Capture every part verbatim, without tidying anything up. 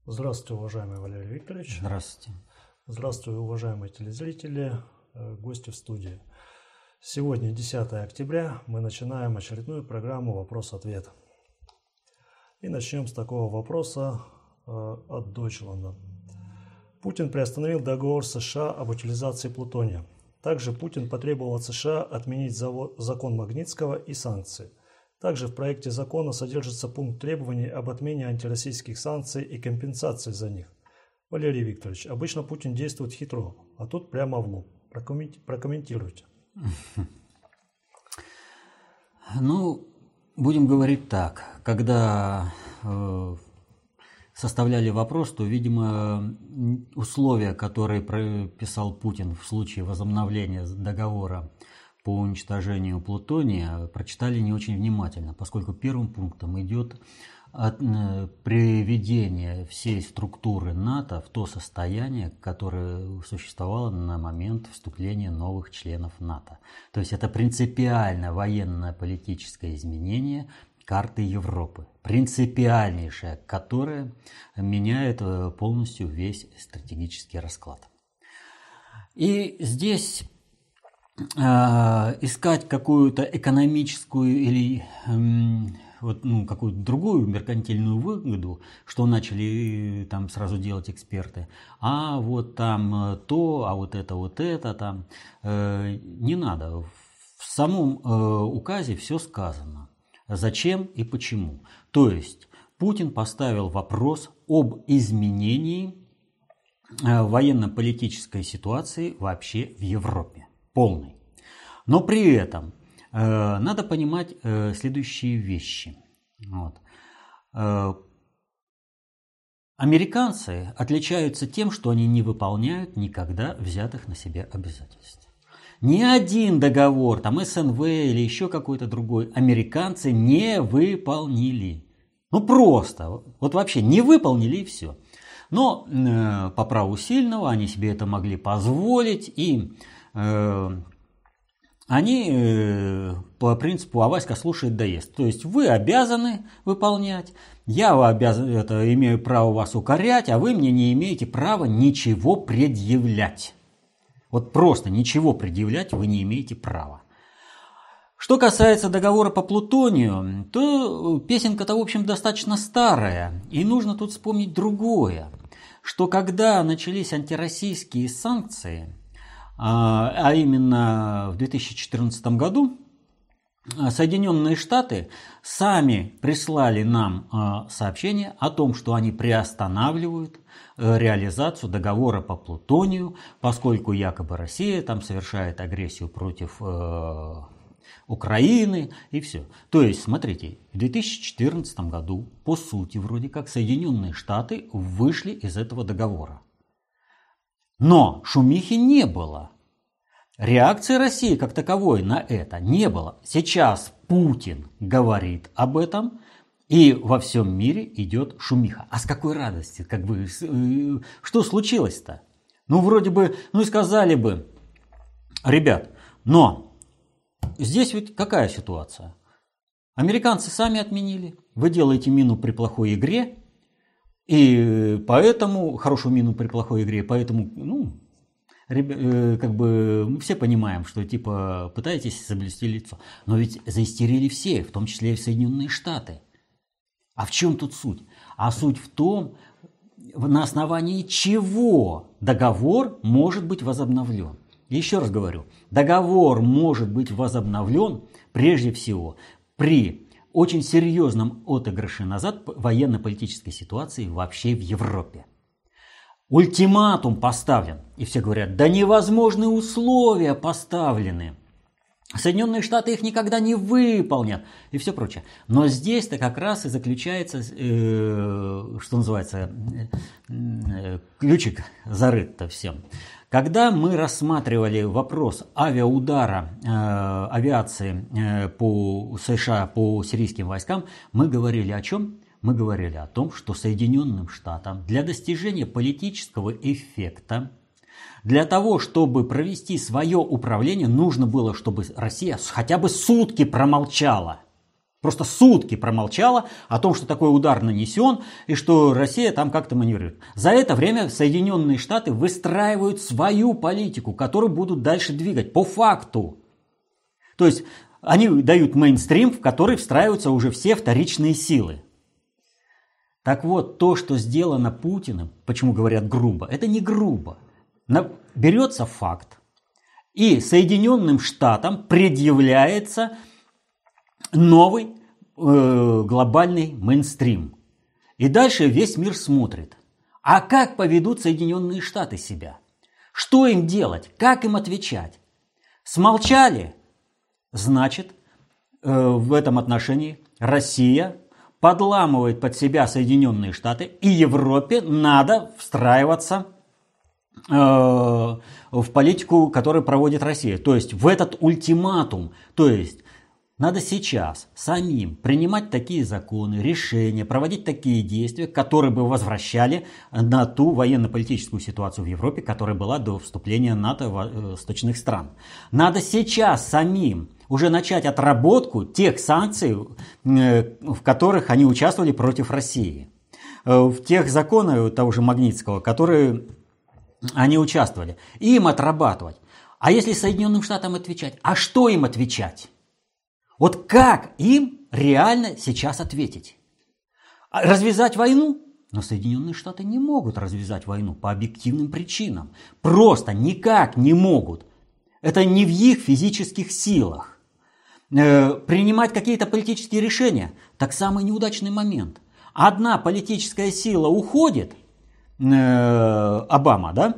Здравствуйте, уважаемый Валерий Викторович. Здравствуйте. Здравствуйте, уважаемые телезрители, гости в студии. Сегодня десятое октября, мы начинаем очередную программу «Вопрос-ответ». И начнем с такого вопроса от Дойчланда. Путин приостановил договор США об утилизации плутония. Также Путин потребовал от США отменить закон Магнитского и санкции. Также в проекте закона содержится пункт требований об отмене антироссийских санкций и компенсации за них. Валерий Викторович, обычно Путин действует хитро, а тут прямо в лоб. Прокомментируйте. Ну, будем говорить так. Когда э, составляли вопрос, то, видимо, условия, которые прописал Путин в случае возобновления договора по уничтожению плутония, прочитали не очень внимательно, поскольку первым пунктом идет от, э, приведение всей структуры НАТО в то состояние, которое существовало на момент вступления новых членов НАТО. То есть это принципиально военно-политическое изменение карты Европы, принципиальнейшее, которое меняет полностью весь стратегический расклад. И здесь искать какую-то экономическую или вот, ну, какую-то другую меркантильную выгоду, что начали там сразу делать эксперты, а вот там то, а вот это, вот это там, э, не надо. В самом э, указе все сказано. Зачем и почему. То есть Путин поставил вопрос об изменении э, военно-политической ситуации вообще в Европе. Полный. Но при этом э, надо понимать э, следующие вещи. Вот. Э, американцы отличаются тем, что они не выполняют никогда взятых на себя обязательств. Ни один договор, там эс эн вэ или еще какой-то другой, американцы не выполнили. Ну просто, вот вообще не выполнили и все. Но э, по праву сильного они себе это могли позволить и они по принципу «а Васька слушает да ест». То есть вы обязаны выполнять, я обязан, это, имею право вас укорять, а вы мне не имеете права ничего предъявлять. Вот просто ничего предъявлять вы не имеете права. Что касается договора по плутонию, то песенка-то, в общем, достаточно старая. И нужно тут вспомнить другое, что когда начались антироссийские санкции, а именно в две тысячи четырнадцатом году, Соединенные Штаты сами прислали нам сообщение о том, что они приостанавливают реализацию договора по плутонию, поскольку якобы Россия там совершает агрессию против Украины и все. То есть, смотрите, в две тысячи четырнадцатом году, по сути, вроде как Соединенные Штаты вышли из этого договора. Но шумихи не было. Реакции России как таковой на это не было. Сейчас Путин говорит об этом, и во всем мире идет шумиха. А с какой радости? Как бы, что случилось-то? Ну, вроде бы, ну и сказали бы, ребят, но здесь ведь какая ситуация? Американцы сами отменили. Вы делаете мину при плохой игре, и поэтому, хорошую мину при плохой игре, поэтому, ну, как бы мы все понимаем, что типа пытаетесь соблюсти лицо. Но ведь заистерили все, в том числе и Соединенные Штаты. А в чем тут суть? А суть в том, на основании чего договор может быть возобновлен. Еще раз говорю, договор может быть возобновлен прежде всего при очень серьезном отыгрыше назад военно-политической ситуации вообще в Европе. Ультиматум поставлен, и все говорят, да невозможные условия поставлены. Соединенные Штаты их никогда не выполнят и все прочее. Но здесь-то как раз и заключается, э, что называется, э, ключик зарыт-то всем. Когда мы рассматривали вопрос авиаудара э, авиации э, по США по сирийским войскам, мы говорили о чем? Мы говорили о том, что Соединенным Штатам для достижения политического эффекта, для того, чтобы провести свое управление, нужно было, чтобы Россия хотя бы сутки промолчала. Просто сутки промолчала о том, что такой удар нанесен и что Россия там как-то маневрирует. За это время Соединенные Штаты выстраивают свою политику, которую будут дальше двигать по факту. То есть они дают мейнстрим, в который встраиваются уже все вторичные силы. Так вот, то, что сделано Путиным, почему говорят грубо, это не грубо. Берется факт, и Соединенным Штатам предъявляется новый э, глобальный мейнстрим. И дальше весь мир смотрит. А как поведут Соединенные Штаты себя? Что им делать? Как им отвечать? Смолчали? Значит, э, в этом отношении Россия подламывает под себя Соединенные Штаты, и Европе надо встраиваться э, в политику, которую проводит Россия. То есть в этот ультиматум. То есть надо сейчас самим принимать такие законы, решения, проводить такие действия, которые бы возвращали на ту военно-политическую ситуацию в Европе, которая была до вступления НАТО в восточных стран. Надо сейчас самим уже начать отработку тех санкций, в которых они участвовали против России. В тех законах того же Магнитского, которые они участвовали. Им отрабатывать. А если Соединенным Штатам отвечать? А что им отвечать? Вот как им реально сейчас ответить? Развязать войну? Но Соединенные Штаты не могут развязать войну по объективным причинам. Просто никак не могут. Это не в их физических силах. Э, принимать какие-то политические решения – так самый неудачный момент. Одна политическая сила уходит, э, Обама, да?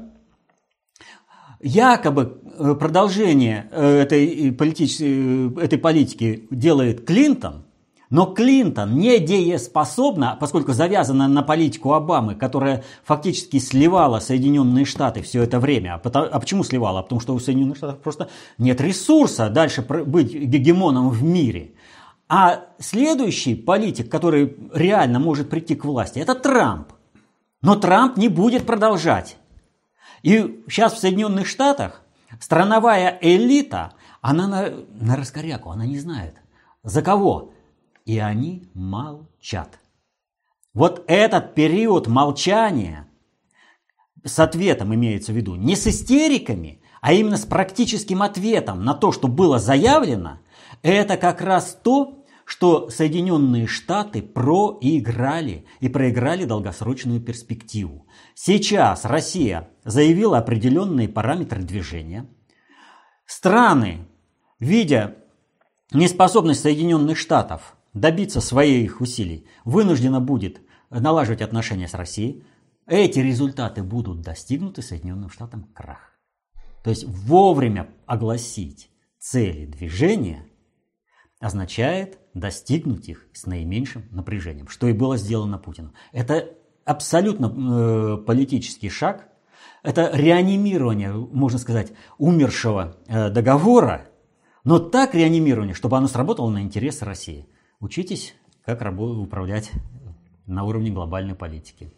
Якобы продолжение этой политики, этой политики делает Клинтон, но Клинтон не дееспособна, поскольку завязана на политику Обамы, которая фактически сливала Соединенные Штаты все это время. А почему сливала? Потому что у Соединенных Штатов просто нет ресурса дальше быть гегемоном в мире. А следующий политик, который реально может прийти к власти, это Трамп. Но Трамп не будет продолжать. И сейчас в Соединенных Штатах страновая элита, она на, на раскоряку, она не знает, за кого. И они молчат. Вот этот период молчания, с ответом имеется в виду, не с истериками, а именно с практическим ответом на то, что было заявлено, это как раз то, что Соединенные Штаты проиграли и проиграли долгосрочную перспективу. Сейчас Россия заявила определенные параметры движения. Страны, видя неспособность Соединенных Штатов добиться своих усилий, вынуждена будет налаживать отношения с Россией. Эти результаты будут достигнуты, Соединенным Штатам крах. То есть вовремя огласить цели движения означает достигнуть их с наименьшим напряжением, что и было сделано Путиным. Это абсолютно э, политический шаг, это реанимирование, можно сказать, умершего э, договора, но так реанимирование, чтобы оно сработало на интересы России. Учитесь, как рабо- управлять на уровне глобальной политики.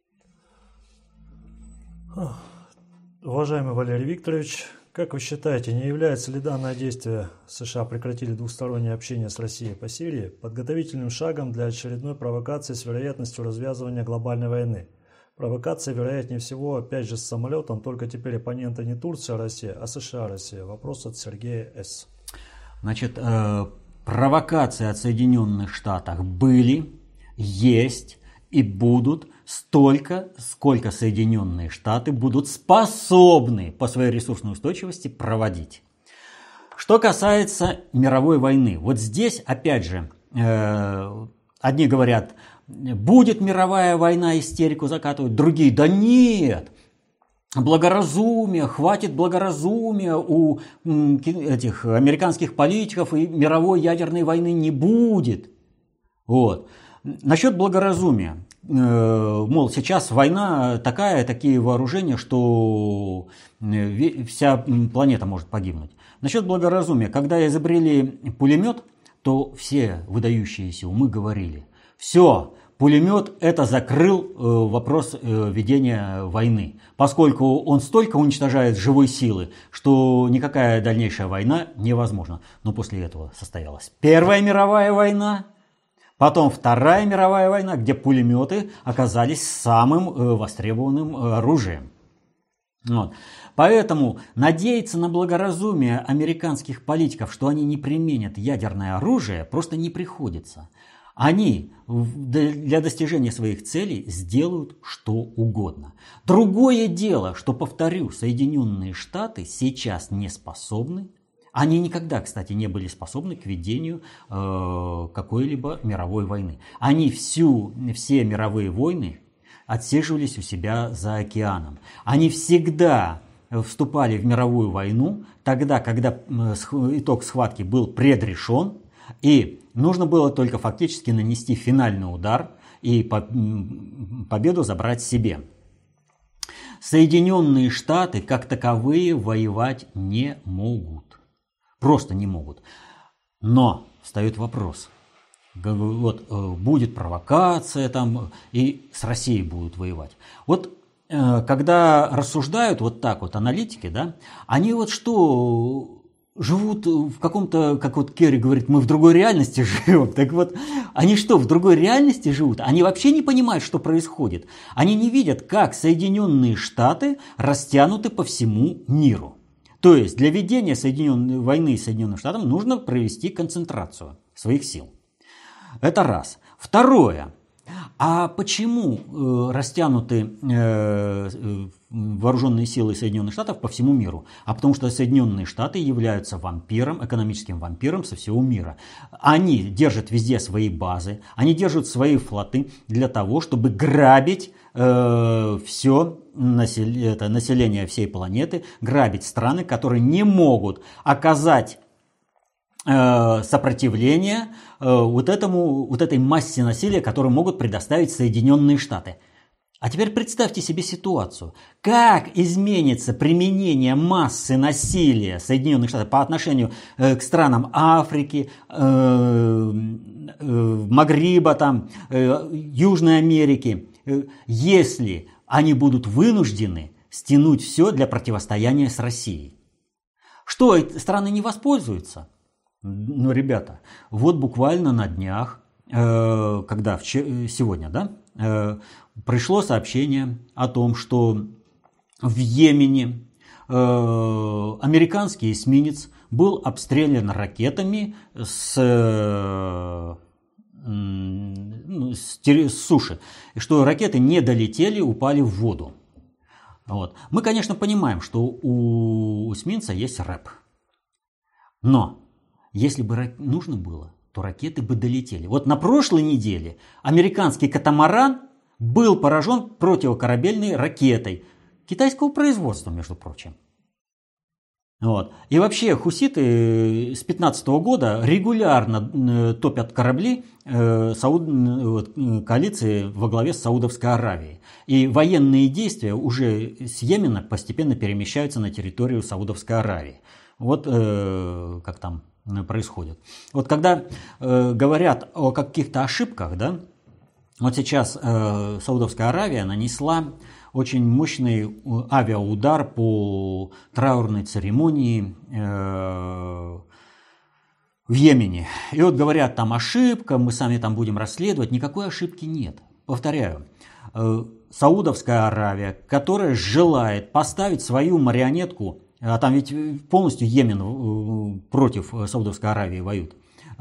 Уважаемый Валерий Викторович, как вы считаете, не является ли данное действие США прекратили двустороннее общение с Россией по Сирии подготовительным шагом для очередной провокации с вероятностью развязывания глобальной войны? Провокация, вероятнее всего, опять же с самолетом, только теперь оппонента не Турция, Россия, а США, Россия. Вопрос от Сергея С. Значит, э, провокации от Соединенных Штатов были, есть и будут столько, сколько Соединенные Штаты будут способны по своей ресурсной устойчивости проводить. Что касается мировой войны, вот здесь, опять же, э, одни говорят, будет мировая война, истерику закатывают, другие, да нет, благоразумие, хватит благоразумия у этих американских политиков, и мировой ядерной войны не будет. Вот. Насчет благоразумия. Мол, сейчас война такая, такие вооружения, что вся планета может погибнуть. Насчет благоразумия. Когда изобрели пулемет, то все выдающиеся умы говорили, все, пулемет это закрыл вопрос ведения войны, поскольку он столько уничтожает живой силы, что никакая дальнейшая война невозможна. Но после этого состоялась Первая мировая война, потом Вторая мировая война, где пулеметы оказались самым востребованным оружием. Вот. Поэтому надеяться на благоразумие американских политиков, что они не применят ядерное оружие, просто не приходится. Они для достижения своих целей сделают что угодно. Другое дело, что, повторю, Соединенные Штаты сейчас не способны, они никогда, кстати, не были способны к ведению э, какой-либо мировой войны. Они всю, все мировые войны отсиживались у себя за океаном. Они всегда вступали в мировую войну тогда, когда итог схватки был предрешен, и нужно было только фактически нанести финальный удар и победу забрать себе. Соединенные Штаты как таковые воевать не могут. Просто не могут. Но встает вопрос. Вот будет провокация там, и с Россией будут воевать. Вот когда рассуждают вот так вот аналитики, да, они вот что... живут в каком-то, как вот Керри говорит, мы в другой реальности живем. Так вот, они что, в другой реальности живут? Они вообще не понимают, что происходит. Они не видят, как Соединенные Штаты растянуты по всему миру. То есть для ведения Соединенной, войны с Соединенными Штатами нужно провести концентрацию своих сил. Это раз. Второе. А почему э, растянуты э, вооруженные силы Соединенных Штатов по всему миру? А потому что Соединенные Штаты являются вампиром, экономическим вампиром со всего мира. Они держат везде свои базы, они держат свои флоты для того, чтобы грабить э, все население, это, население всей планеты, грабить страны, которые не могут оказать сопротивление вот, этому, вот этой массе насилия, которую могут предоставить Соединенные Штаты. А теперь представьте себе ситуацию. Как изменится применение массы насилия Соединенных Штатов по отношению к странам Африки, Магриба, там, Южной Америки, если они будут вынуждены стянуть все для противостояния с Россией? Что, страны не воспользуются? Ну, ребята, вот буквально на днях, э, когда вчера, сегодня, да, э, пришло сообщение о том, что в Йемене э, американский эсминец был обстрелян ракетами с, э, с, с суши, и что ракеты не долетели, упали в воду. Вот. Мы, конечно, понимаем, что у эсминца есть рэп, но если бы нужно было, то ракеты бы долетели. Вот на прошлой неделе американский катамаран был поражен противокорабельной ракетой китайского производства, между прочим. Вот. И вообще хуситы с две тысячи пятнадцатого года регулярно топят корабли Сауд... коалиции во главе с Саудовской Аравией. И военные действия уже с Йемена постепенно перемещаются на территорию Саудовской Аравии. Вот э, как там происходит. Вот когда э, говорят о каких-то ошибках, да, вот сейчас э, Саудовская Аравия нанесла очень мощный авиаудар по траурной церемонии э, в Йемене. И вот говорят, там ошибка, мы сами там будем расследовать. Никакой ошибки нет. Повторяю, э, Саудовская Аравия, которая желает поставить свою марионетку, а там ведь полностью Йемен против Саудовской Аравии воюет,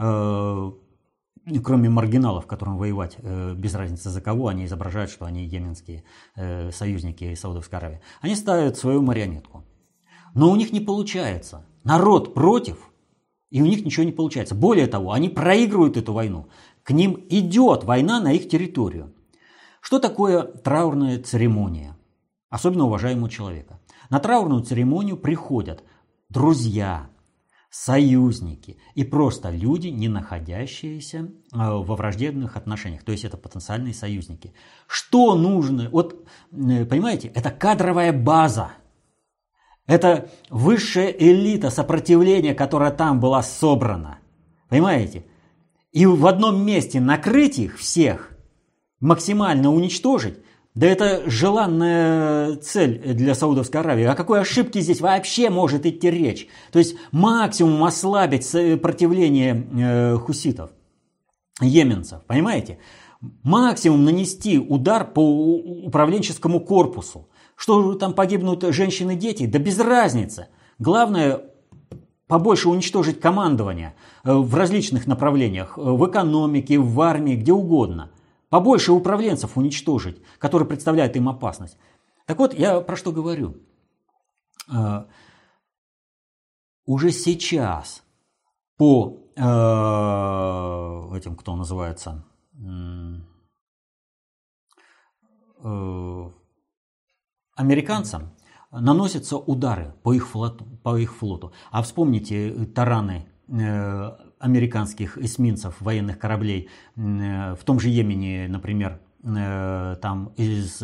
кроме маргиналов, которым воевать без разницы за кого, они изображают, что они йеменские союзники Саудовской Аравии. Они ставят свою марионетку. Но у них не получается. Народ против, и у них ничего не получается. Более того, они проигрывают эту войну. К ним идет война на их территорию. Что такое траурная церемония? Особенно уважаемого человека. На траурную церемонию приходят друзья, союзники и просто люди, не находящиеся во враждебных отношениях. То есть это потенциальные союзники. Что нужно? Вот, понимаете, это кадровая база. Это высшая элита сопротивления, которая там была собрана. Понимаете? И в одном месте накрыть их всех максимально уничтожить, да это желанная цель для Саудовской Аравии. О какой ошибке здесь вообще может идти речь? То есть максимум ослабить сопротивление хуситов, йеменцев, понимаете? Максимум нанести удар по управленческому корпусу. Что там погибнут женщины и дети? Да без разницы. Главное побольше уничтожить командование в различных направлениях, в экономике, в армии, где угодно. Побольше управленцев уничтожить, которые представляют им опасность. Так вот, я про что говорю. Уже сейчас по этим, кто называется, американцам наносятся удары по их флоту. По их флоту. А вспомните тараны американских эсминцев, военных кораблей в том же Йемене, например, там из,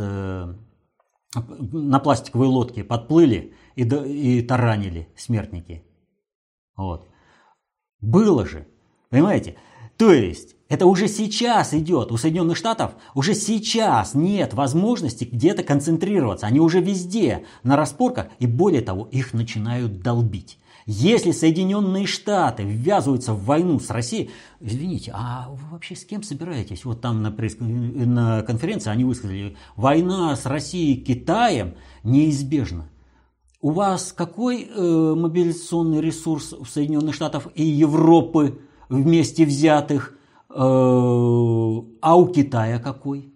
на пластиковой лодке подплыли и, и таранили смертники. Вот. Было же, понимаете? То есть это уже сейчас идет. У Соединенных Штатов уже сейчас нет возможности где-то концентрироваться. Они уже везде на распорках, и более того, их начинают долбить. Если Соединенные Штаты ввязываются в войну с Россией, извините, а вы вообще с кем собираетесь? Вот там на, пресс... на конференции они высказали, война с Россией и Китаем неизбежна. У вас какой э, мобилизационный ресурс у Соединенных Штатов и Европы вместе взятых, э, а у Китая какой?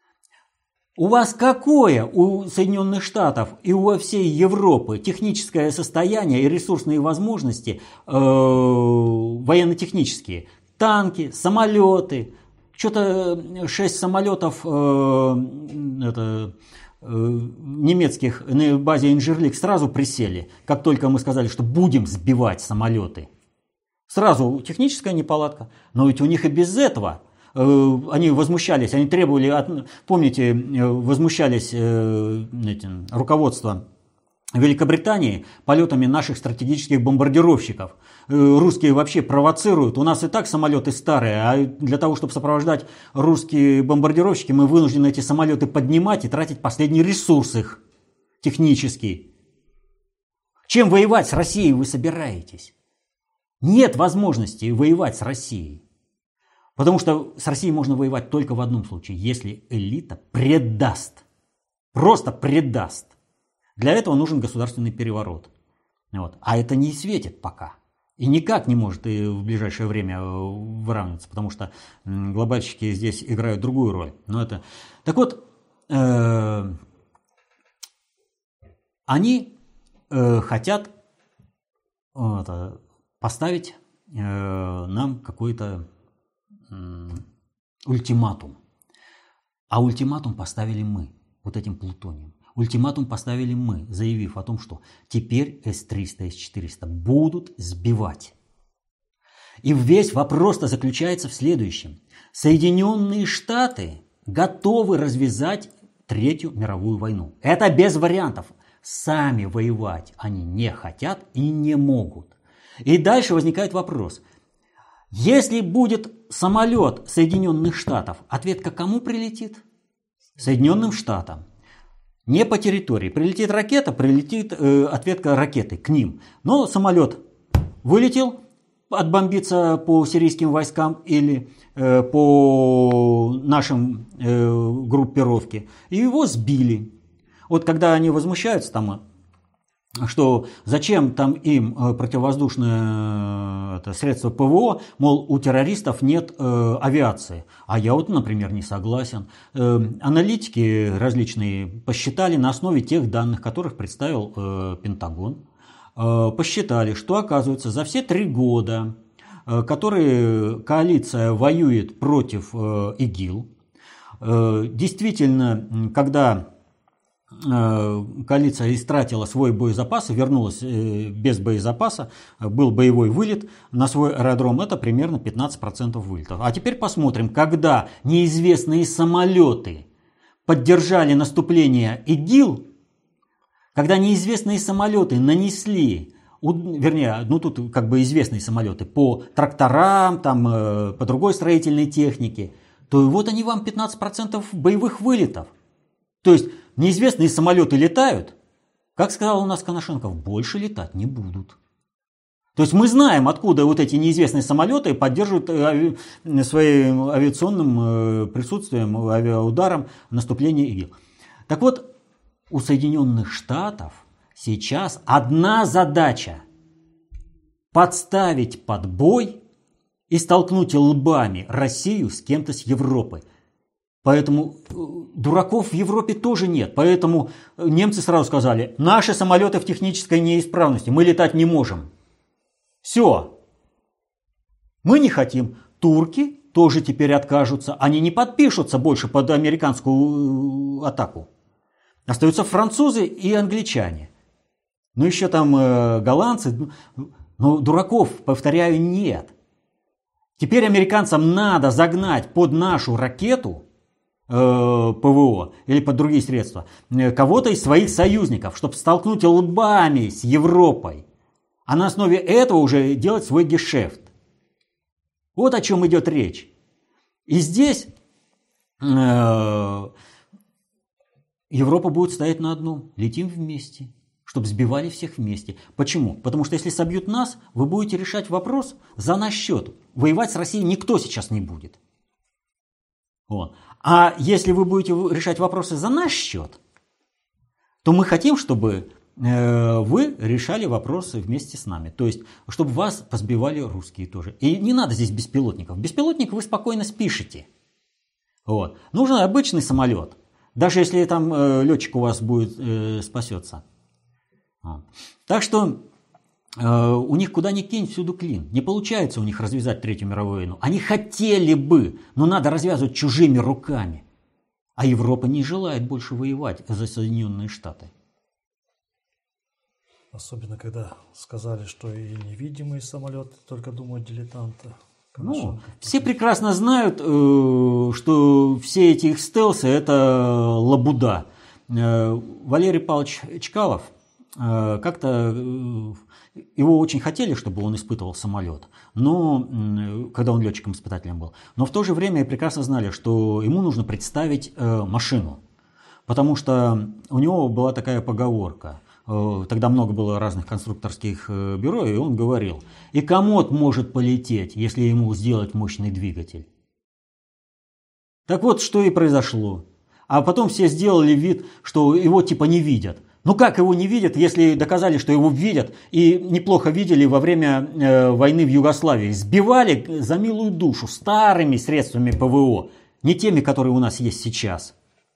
У вас какое у Соединенных Штатов и у всей Европы техническое состояние и ресурсные возможности э, военно-технические? Танки, самолеты, что-то шесть самолетов э, это, э, немецких на базе Инжерлик сразу присели, как только мы сказали, что будем сбивать самолеты. Сразу техническая неполадка, но ведь у них и без этого... Они возмущались, они требовали, от, помните, возмущались э, этим, руководство Великобритании полетами наших стратегических бомбардировщиков. Э, русские вообще провоцируют, у нас и так самолеты старые, а для того, чтобы сопровождать русские бомбардировщики, мы вынуждены эти самолеты поднимать и тратить последний ресурс их технический. Чем воевать с Россией вы собираетесь? Нет возможности воевать с Россией. Потому что с Россией можно воевать только в одном случае, если элита предаст. Просто предаст. Для этого нужен государственный переворот. Вот. А это не светит пока. И никак не может и в ближайшее время выравниваться, потому что глобальщики здесь играют другую роль. Но это... Так вот, э... они э, хотят э, поставить э, нам какой-то ультиматум. А ультиматум поставили мы, вот этим плутонием. Ультиматум поставили мы, заявив о том, что теперь эс триста, эс четыреста будут сбивать. И весь вопрос-то заключается в следующем. Соединенные Штаты готовы развязать Третью мировую войну. Это без вариантов. Сами воевать они не хотят и не могут. И дальше возникает вопрос. Если будет самолет Соединенных Штатов, ответка кому прилетит? Соединенным Штатам. Не по территории. Прилетит ракета, прилетит э, ответка ракеты к ним. Но самолет вылетел, отбомбиться по сирийским войскам или э, по нашим э, группировке, и его сбили. Вот когда они возмущаются там, что зачем там им противовоздушное это, средство ПВО, мол, у террористов нет э, авиации. А я вот, например, не согласен. Э, аналитики различные посчитали на основе тех данных, которых представил э, Пентагон, э, посчитали, что оказывается за все три года, э, которые коалиция воюет против э, ИГИЛ, э, действительно, когда коалиция истратила свой боезапас и вернулась без боезапаса, был боевой вылет на свой аэродром, это примерно пятнадцать процентов вылетов. А теперь посмотрим, когда неизвестные самолеты поддержали наступление ИГИЛ, когда неизвестные самолеты нанесли, вернее, ну тут как бы известные самолеты по тракторам, там, по другой строительной технике, то вот они вам пятнадцать процентов боевых вылетов. То есть неизвестные самолеты летают, как сказал у нас Коношенков, больше летать не будут. То есть мы знаем, откуда вот эти неизвестные самолеты поддерживают ави... своим авиационным присутствием, авиаударом наступление ИГИЛ. Так вот, у Соединенных Штатов сейчас одна задача – подставить под бой и столкнуть лбами Россию с кем-то с Европы. Поэтому дураков в Европе тоже нет. Поэтому немцы сразу сказали, наши самолеты в технической неисправности, мы летать не можем. Все. Мы не хотим. Турки тоже теперь откажутся. Они не подпишутся больше под американскую атаку. Остаются французы и англичане. Ну еще там э, голландцы. Но дураков, повторяю, нет. Теперь американцам надо загнать под нашу ракету э, ПВО или под другие средства э, кого-то из своих союзников, чтобы столкнуть лбами с Европой. А на основе этого уже делать свой гешефт. Вот о чем идет речь. И здесь э, Европа будет стоять на одном. Летим вместе, чтобы сбивали всех вместе. Почему? Потому что если собьют нас, вы будете решать вопрос за наш счет. Воевать с Россией никто сейчас не будет. Вот. А если вы будете решать вопросы за наш счет, то мы хотим, чтобы вы решали вопросы вместе с нами. То есть, чтобы вас позбивали русские тоже. И не надо здесь беспилотников. Беспилотник вы спокойно спишете. Вот. Нужен обычный самолет. Даже если там э, летчик у вас будет э, спасется. Вот. Так что э, у них куда ни кинь, всюду клин. Не получается у них развязать Третью мировую войну. Они хотели бы, но надо развязывать чужими руками. А Европа не желает больше воевать за Соединенные Штаты. Особенно, когда сказали, что и невидимые самолеты, только думают дилетанты. Ну, все прекрасно знают, что все эти их стелсы – это лабуда. Валерий Павлович Чкалов, как-то его очень хотели, чтобы он испытывал самолет, но, когда он летчиком-испытателем был. Но в то же время прекрасно знали, что ему нужно представить машину. Потому что у него была такая поговорка. Тогда много было разных конструкторских бюро, и он говорил, и комод может полететь, если ему сделать мощный двигатель. Так вот, что и произошло. А потом все сделали вид, что его типа не видят. Ну как его не видят, если доказали, что его видят, и неплохо видели во время э, войны в Югославии. Сбивали за милую душу старыми средствами ПВО, не теми, которые у нас есть сейчас.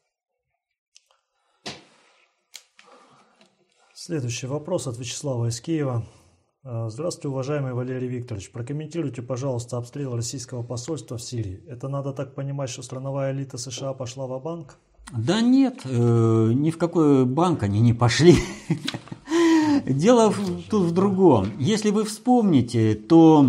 Следующий вопрос от Вячеслава из Киева. Здравствуйте, уважаемый Валерий Викторович. Прокомментируйте, пожалуйста, обстрел российского посольства в Сирии. Это надо так понимать, что страновая элита США пошла ва-банк? Да нет, э, ни в какой банк они не пошли. Дело тут в другом. Если вы вспомните, то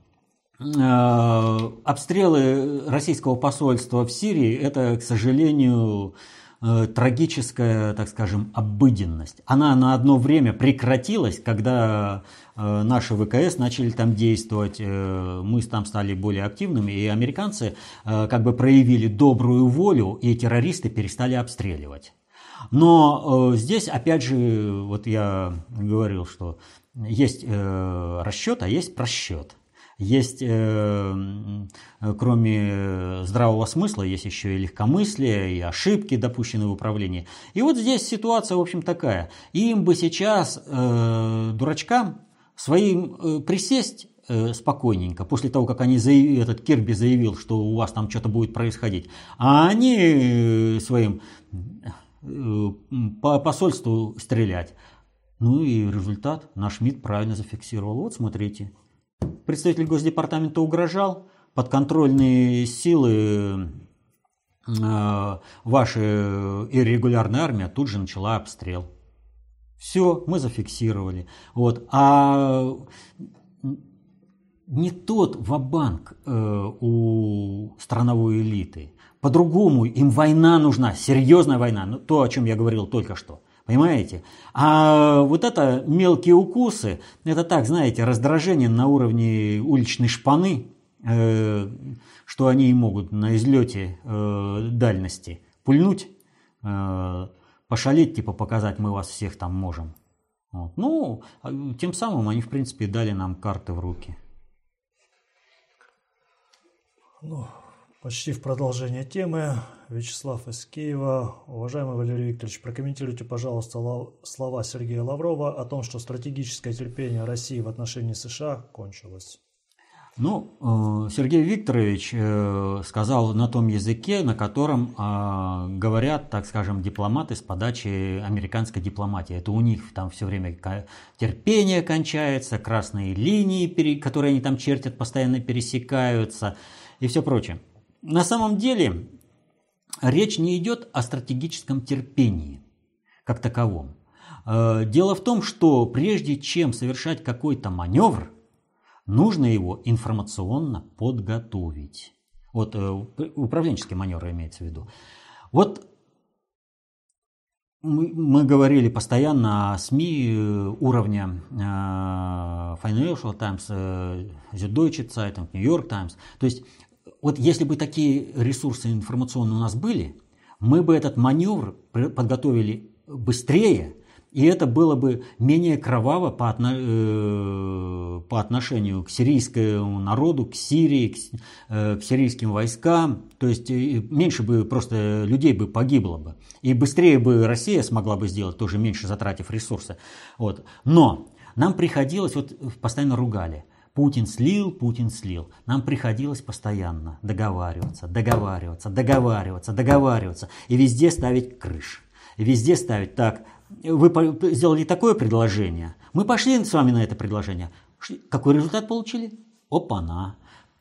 э, обстрелы российского посольства в Сирии – это, к сожалению, трагическая, так скажем, обыденность. Она на одно время прекратилась, когда э, наши ВКС начали там действовать, э, мы там стали более активными, и американцы э, как бы проявили добрую волю, и террористы перестали обстреливать. Но э, здесь, опять же, вот я говорил, что есть э, расчет, а есть просчет. Есть, э, кроме здравого смысла, есть еще и легкомыслие, и ошибки, допущенные в управлении. И вот здесь ситуация, в общем, такая. Им бы сейчас, э, дурачкам, своим э, присесть э, спокойненько, после того, как они заяв... этот Кирби заявил, что у вас там что-то будет происходить, а они э, своим э, по посольству стрелять. Ну и результат наш МИД правильно зафиксировал. Вот смотрите. Представитель Госдепартамента угрожал, подконтрольные силы, э, ваша иррегулярная армия тут же начала обстрел. Все, мы зафиксировали. Вот. А не тот ва-банк э, у страновой элиты. По-другому им война нужна, серьезная война, ну, то, о чем я говорил только что. Понимаете? А вот это мелкие укусы, это так, знаете, раздражение на уровне уличной шпаны. что они могут на излете дальности пульнуть, пошалить, типа показать, мы вас всех там можем. Вот. Ну, тем самым они, в принципе, дали нам карты в руки. Ну, почти в продолжение темы. Вячеслав из Киева. Уважаемый Валерий Викторович, прокомментируйте, пожалуйста, слова Сергея Лаврова о том, что стратегическое терпение России в отношении США кончилось. Ну, Сергей Викторович сказал на том языке, на котором говорят, так скажем, дипломаты с подачи американской дипломатии. Это у них там все время терпение кончается, красные линии, которые они там чертят, постоянно пересекаются и все прочее. На самом деле речь не идет о стратегическом терпении как таковом. Дело в том, что прежде чем совершать какой-то маневр, нужно его информационно подготовить. Вот э, управленческий маневр имеется в виду. Вот мы, мы говорили постоянно о СМИ уровня э, Financial Times, э, Süddeutsche Zeitung, New York Times. То есть, вот если бы такие ресурсы информационные у нас были, мы бы этот маневр подготовили быстрее, и это было бы менее кроваво по, отно... э... по отношению к сирийскому народу, к Сирии, к, э... к сирийским войскам. То есть меньше бы просто людей бы погибло бы. И быстрее бы Россия смогла бы сделать, тоже меньше затратив ресурсы. Вот. Но нам приходилось, вот постоянно ругали. Путин слил, Путин слил. Нам приходилось постоянно договариваться, договариваться, договариваться, договариваться. И везде ставить крыш. И везде ставить так. Вы сделали такое предложение, мы пошли с вами на это предложение. Какой результат получили? Опа-на.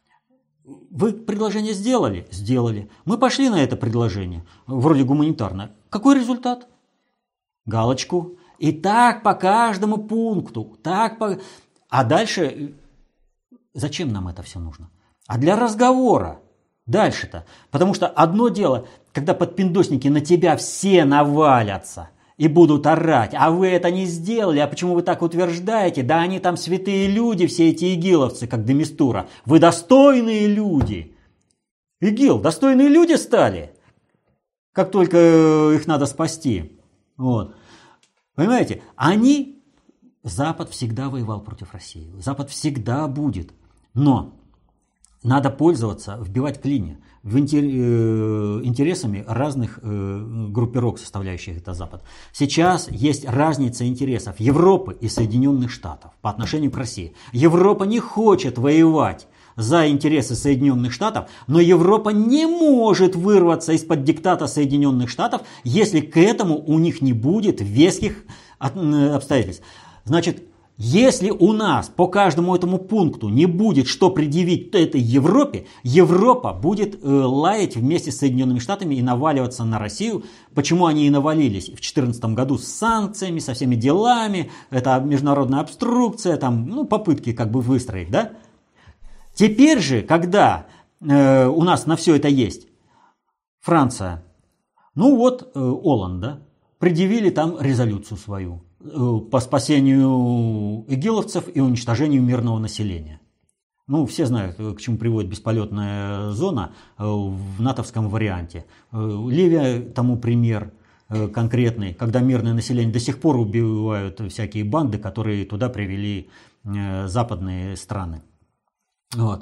Вы предложение сделали? Сделали. Мы пошли на это предложение, вроде гуманитарное. Какой результат? Галочку. И так по каждому пункту. Так по... А дальше зачем нам это все нужно? А для разговора. Дальше-то. Потому что одно дело, когда подпиндосники на тебя все навалятся и будут орать, а вы это не сделали, а почему вы так утверждаете? Да они там святые люди, все эти игиловцы, как де Мистура. Вы достойные люди. ИГИЛ, достойные люди стали, как только их надо спасти. Вот. Понимаете, они, Запад всегда воевал против России, Запад всегда будет, но надо пользоваться, вбивать клини в интересами разных группировок, составляющих это Запад. Сейчас есть разница интересов Европы и Соединенных Штатов по отношению к России. Европа не хочет воевать за интересы Соединенных Штатов, но Европа не может вырваться из-под диктата Соединенных Штатов, если к этому у них не будет веских обстоятельств. Значит, если у нас по каждому этому пункту не будет что предъявить этой Европе, Европа будет э, лаять вместе с Соединенными Штатами и наваливаться на Россию. Почему они и навалились в две тысячи четырнадцатом году с санкциями, со всеми делами, это международная обструкция, там, ну, попытки как бы выстроить, да? Теперь же, когда э, у нас на все это есть, Франция, ну вот э, Оланд, да, предъявили там резолюцию свою по спасению игиловцев и уничтожению мирного населения. Ну, все знают, к чему приводит бесполетная зона в натовском варианте. Ливия тому пример конкретный, когда мирное население до сих пор убивают всякие банды, которые туда привели западные страны. Вот.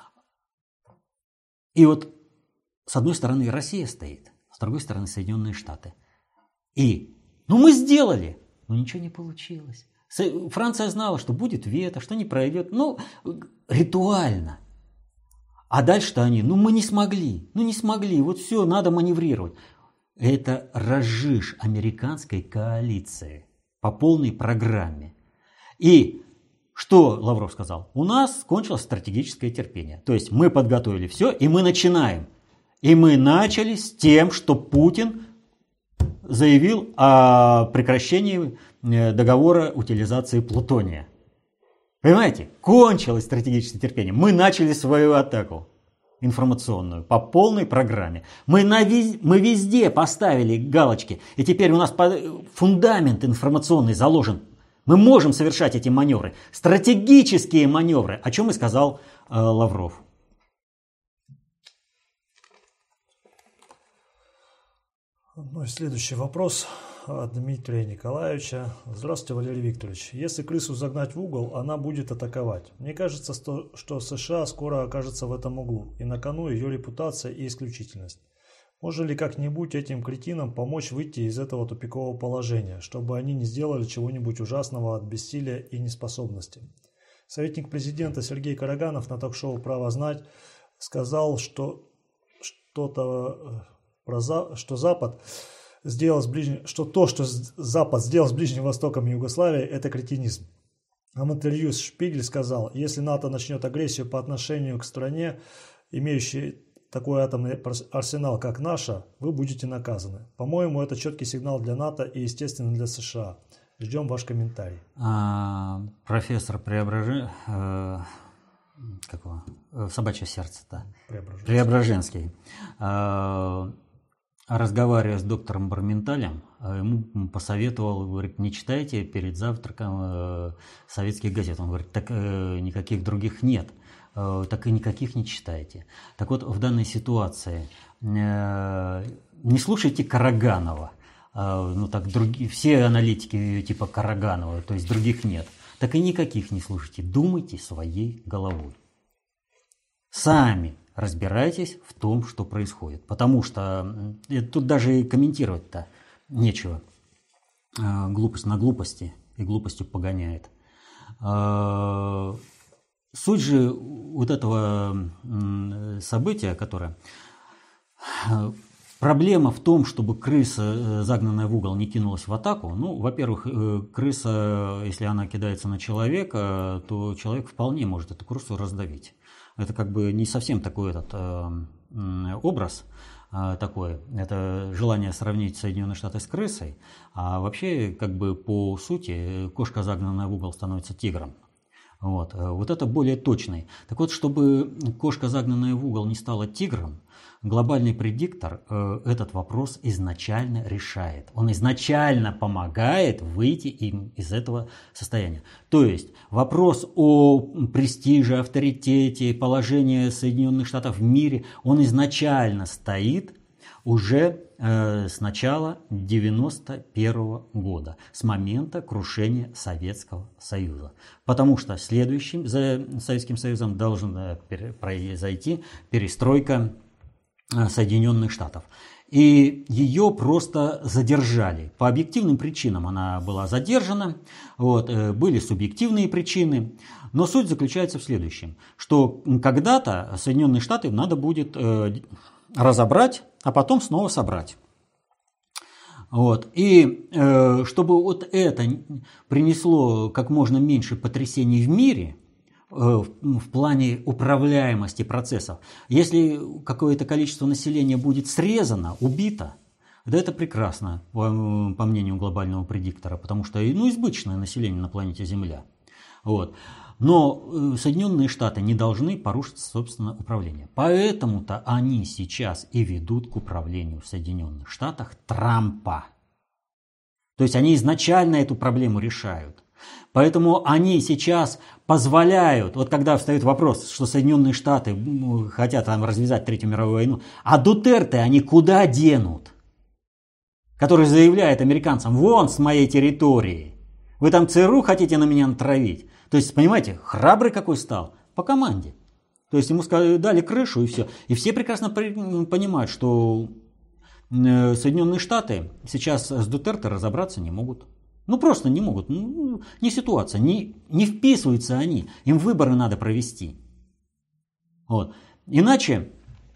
И вот с одной стороны Россия стоит, с другой стороны Соединенные Штаты. И, ну мы сделали, но ничего не получилось. Франция знала, что будет вето, что не пройдет, ну, ритуально. А дальше-то они, ну мы не смогли, ну не смогли, вот все, надо маневрировать. Это разжиж американской коалиции по полной программе. И что Лавров сказал? У нас кончилось стратегическое терпение. То есть мы подготовили все, и мы начинаем. И мы начали с тем, что Путин заявил о прекращении договора утилизации плутония. Понимаете? Кончилось стратегическое терпение. Мы начали свою атаку информационную по полной программе. Мы, на вез... мы везде поставили галочки. И теперь у нас фундамент информационный заложен. Мы можем совершать эти маневры. Стратегические маневры. О чем и сказал э, Лавров. Ну и следующий вопрос от Дмитрия Николаевича. Здравствуйте, Валерий Викторович. Если крысу загнать в угол, она будет атаковать. Мне кажется, что США скоро окажется в этом углу, и на кону ее репутация и исключительность. Можно ли как-нибудь этим кретинам помочь выйти из этого тупикового положения, чтобы они не сделали чего-нибудь ужасного от бессилия и неспособности? Советник президента Сергей Караганов на ток-шоу «Право знать» сказал, что что-то про за, что Запад сделал с ближним, что то, что Запад сделал с Ближним Востоком и Югославией, это кретинизм. А в интервью с Шпигель сказал, если НАТО начнет агрессию по отношению к стране, имеющей такой атомный арсенал, как наша, вы будете наказаны. По-моему, это четкий сигнал для НАТО и, естественно, для США. Ждем ваш комментарий. А, профессор Преображен... Э, какого? Собачье сердце, да. Преображенский. Преображенский. Э, разговаривая с доктором Барменталем, ему посоветовал, говорит, не читайте перед завтраком э, советских газет. Он говорит, так э, никаких других нет. Так и никаких не читайте. Так вот, в данной ситуации э, не слушайте Караганова, э, ну так другие, все аналитики типа Караганова, то есть других нет. Так и никаких не слушайте. Думайте своей головой. Сами разбирайтесь в том, что происходит. Потому что э, тут даже и комментировать-то нечего. Э, глупость на глупости и глупостью погоняет. Э, Суть же вот этого события, которое... Проблема в том, чтобы крыса, загнанная в угол, не кинулась в атаку. Ну, во-первых, крыса, если она кидается на человека, то человек вполне может эту крысу раздавить. Это как бы не совсем такой этот э, образ такой. Это желание сравнить Соединенные Штаты с крысой. А вообще, как бы по сути, кошка, загнанная в угол, становится тигром. Вот. вот это более точный. Так вот, чтобы кошка, загнанная в угол, не стала тигром, глобальный предиктор э, этот вопрос изначально решает. Он изначально помогает выйти им из этого состояния. То есть вопрос о престиже, авторитете, положении Соединенных Штатов в мире, он изначально стоит уже э, с начала девяносто первого года, с момента крушения Советского Союза. Потому что следующим за Советским Союзом должна произойти перестройка э, Соединенных Штатов. И ее просто задержали. По объективным причинам она была задержана, вот, э, были субъективные причины. Но суть заключается в следующем, что когда-то Соединенные Штаты надо будет э, разобрать, а потом снова собрать. Вот. И э, чтобы вот это принесло как можно меньше потрясений в мире, э, в, в плане управляемости процессов, если какое-то количество населения будет срезано, убито, да это прекрасно, по, по мнению глобального предиктора, потому что ну, избыточное население на планете Земля. Вот. Но Соединенные Штаты не должны порушить собственное управление. Поэтому-то они сейчас и ведут к управлению в Соединенных Штатах Трампа. То есть они изначально эту проблему решают. Поэтому они сейчас позволяют, вот когда встает вопрос, что Соединенные Штаты хотят там развязать Третью мировую войну, а Дутерте они куда денут? Который заявляет американцам, вон с моей территории, вы там ЦРУ хотите на меня натравить? То есть, понимаете, храбрый какой стал, по команде. То есть ему сказали, дали крышу и все. И все прекрасно понимают, что Соединенные Штаты сейчас с Дутерте разобраться не могут. Ну просто не могут. Ну, не ситуация, не, не вписываются они. Им выборы надо провести. Вот. Иначе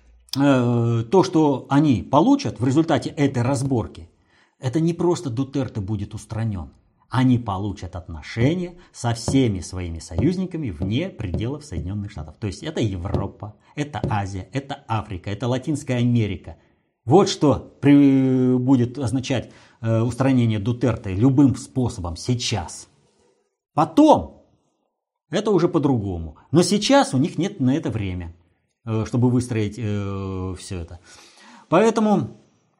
э, то, что они получат в результате этой разборки, это не просто Дутерте будет устранен. Они получат отношения со всеми своими союзниками вне пределов Соединенных Штатов. То есть это Европа, это Азия, это Африка, это Латинская Америка. Вот что при, будет означать э, устранение Дутерте любым способом сейчас. Потом это уже по-другому. Но сейчас у них нет на это время, э, чтобы выстроить э, все это. Поэтому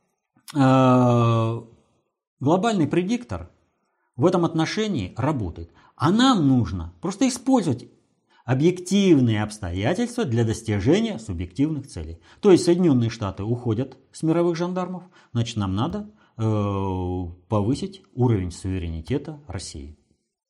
э, глобальный предиктор в этом отношении работает. А нам нужно просто использовать объективные обстоятельства для достижения субъективных целей. То есть Соединенные Штаты уходят с мировых жандармов, значит нам надо э, повысить уровень суверенитета России.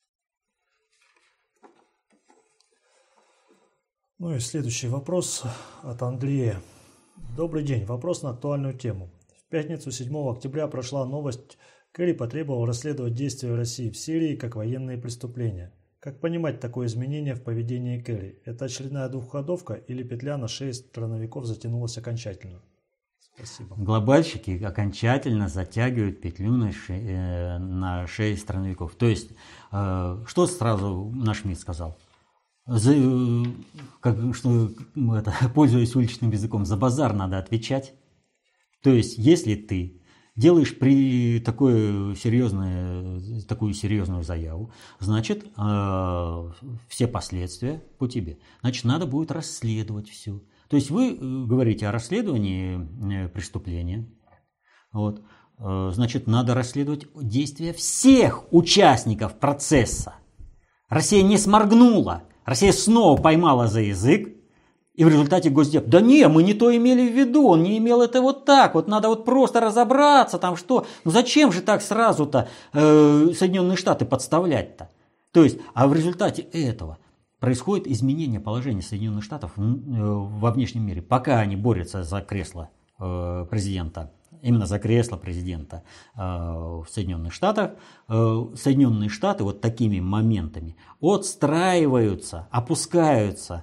Ну и следующий вопрос от Андрея. Добрый день. Вопрос на актуальную тему. В пятницу седьмого октября прошла новость: Керри потребовал расследовать действия России в Сирии как военные преступления. Как понимать такое изменение в поведении Керри? Это очередная двухходовка или петля на шее страновиков затянулась окончательно? Спасибо. Глобальщики окончательно затягивают петлю на шее, на шее страновиков. То есть, э, что сразу наш МИД сказал? За, как, что, это, пользуясь уличным языком, за базар надо отвечать. То есть, если ты делаешь при такое серьезное, такую серьезную заяву, значит, э, все последствия по тебе. Значит, надо будет расследовать все. То есть вы говорите о расследовании преступления. Вот. Э, значит, надо расследовать действия всех участников процесса. Россия не сморгнула. Россия снова поймала за язык. И в результате Госдеп: да не, мы не то имели в виду, он не имел это вот так, вот надо вот просто разобраться, там что, ну зачем же так сразу-то э, Соединенные Штаты подставлять-то? То есть, а в результате этого происходит изменение положения Соединенных Штатов э, во внешнем мире, пока они борются за кресло э, президента, именно за кресло президента э, в Соединенных Штатах, э, Соединенные Штаты вот такими моментами отстраиваются, опускаются,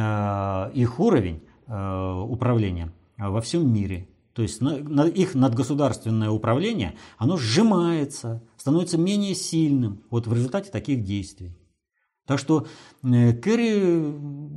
их уровень э, управления во всем мире. То есть на, на их надгосударственное управление, оно сжимается, становится менее сильным вот в результате таких действий. Так что э, Керри,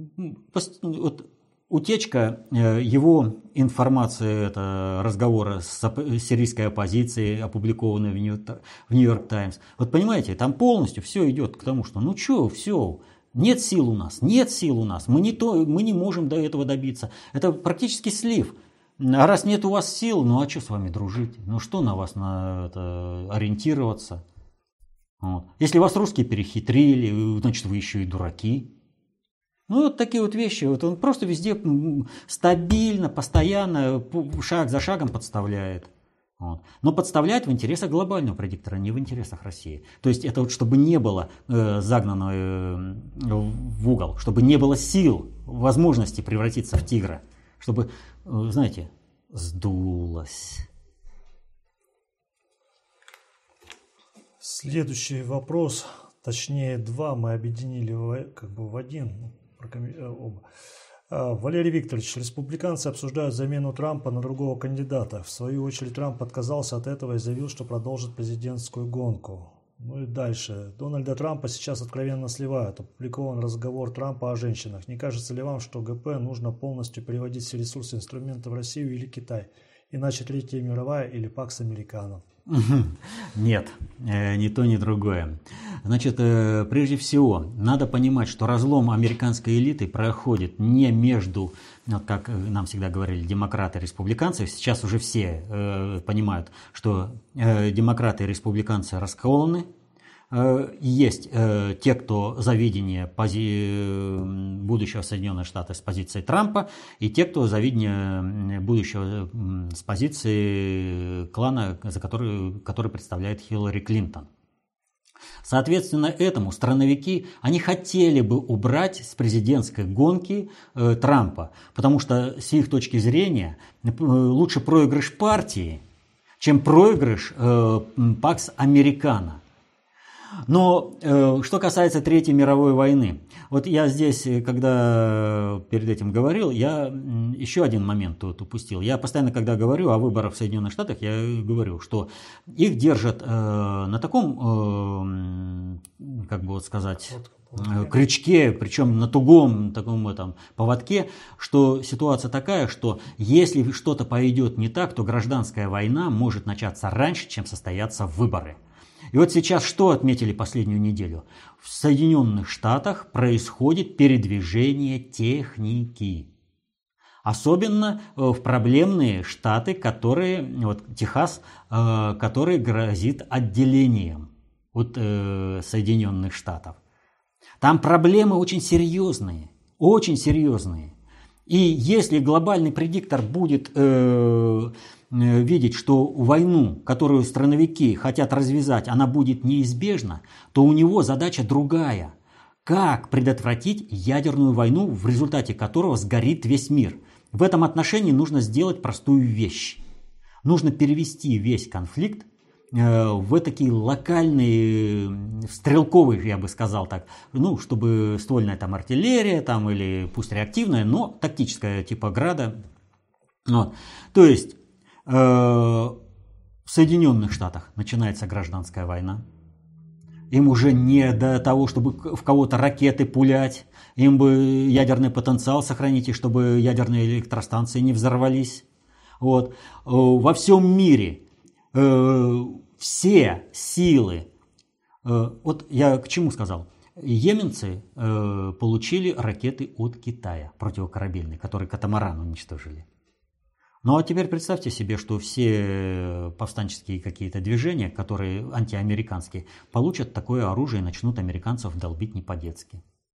вот, утечка э, его информации, это разговора с, с сирийской оппозицией, опубликованной в Нью-Йорк Таймс, вот понимаете, там полностью все идет к тому, что ну что, все. Нет сил у нас, нет сил у нас, мы не, то, мы не можем до этого добиться. Это практически слив. А раз нет у вас сил, ну а что с вами дружить? Ну что на вас на это ориентироваться? Вот. Если вас русские перехитрили, значит вы еще и дураки. Ну вот такие вот вещи. Вот он просто везде стабильно, постоянно, шаг за шагом подставляет. Вот. Но подставлять в интересах глобального предиктора, не в интересах России. То есть это вот чтобы не было э, загнано э, в угол, чтобы не было сил, возможности превратиться в тигра, чтобы, э, знаете, сдулось. Следующий вопрос, точнее два, мы объединили в, как бы в один, оба. Валерий Викторович, республиканцы обсуждают замену Трампа на другого кандидата. В свою очередь Трамп отказался от этого и заявил, что продолжит президентскую гонку. Ну и дальше. Дональда Трампа сейчас откровенно сливают. Опубликован разговор Трампа о женщинах. Не кажется ли вам, что ГП нужно полностью переводить все ресурсы и инструменты в Россию или Китай? Иначе Третья мировая или Пакс Американо? Нет, ни то, ни другое. Значит, прежде всего, надо понимать, что разлом американской элиты проходит не между, как нам всегда говорили, демократы и республиканцы. Сейчас уже все э, понимают, что э, демократы и республиканцы расколоны. Есть э, те, кто за видение пози... будущего Соединенных Штатов с позиции Трампа, и те, кто за видение будущего с позиции клана, за который, который представляет Хиллари Клинтон. Соответственно, этому страновики, они хотели бы убрать с президентской гонки э, Трампа, потому что с их точки зрения э, лучше проигрыш партии, чем проигрыш э, Пакс Американо. Но э, что касается Третьей мировой войны, вот я здесь, когда перед этим говорил, я еще один момент тут упустил. Я постоянно, когда говорю о выборах в Соединенных Штатах, я говорю, что их держат э, на таком, э, как бы вот сказать, э, крючке, причем на тугом таком этом поводке, что ситуация такая, что если что-то пойдет не так, то гражданская война может начаться раньше, чем состоятся выборы. И вот сейчас что отметили последнюю неделю? В Соединенных Штатах происходит передвижение техники. Особенно в проблемные штаты, которые, вот Техас, который грозит отделением от Соединенных Штатов. Там проблемы очень серьезные, очень серьезные. И если глобальный предиктор будет э, видеть, что войну, которую страновики хотят развязать, она будет неизбежна, то у него задача другая. Как предотвратить ядерную войну, в результате которого сгорит весь мир? В этом отношении нужно сделать простую вещь. Нужно перевести весь конфликт в такие локальные, стрелковые, я бы сказал так, ну, чтобы ствольная там артиллерия, там, или пусть реактивная, но тактическая, типа Града. Вот. То есть э, в Соединенных Штатах начинается гражданская война. Им уже не до того, чтобы в кого-то ракеты пулять, им бы ядерный потенциал сохранить, и чтобы ядерные электростанции не взорвались. Вот. Во всем мире э, все силы, э, вот я к чему сказал, йеменцы э, получили ракеты от Китая, противокорабельные, которые катамаран уничтожили. Ну а теперь представьте себе, что все повстанческие какие-то движения, которые антиамериканские, получат такое оружие и начнут американцев долбить не по-детски.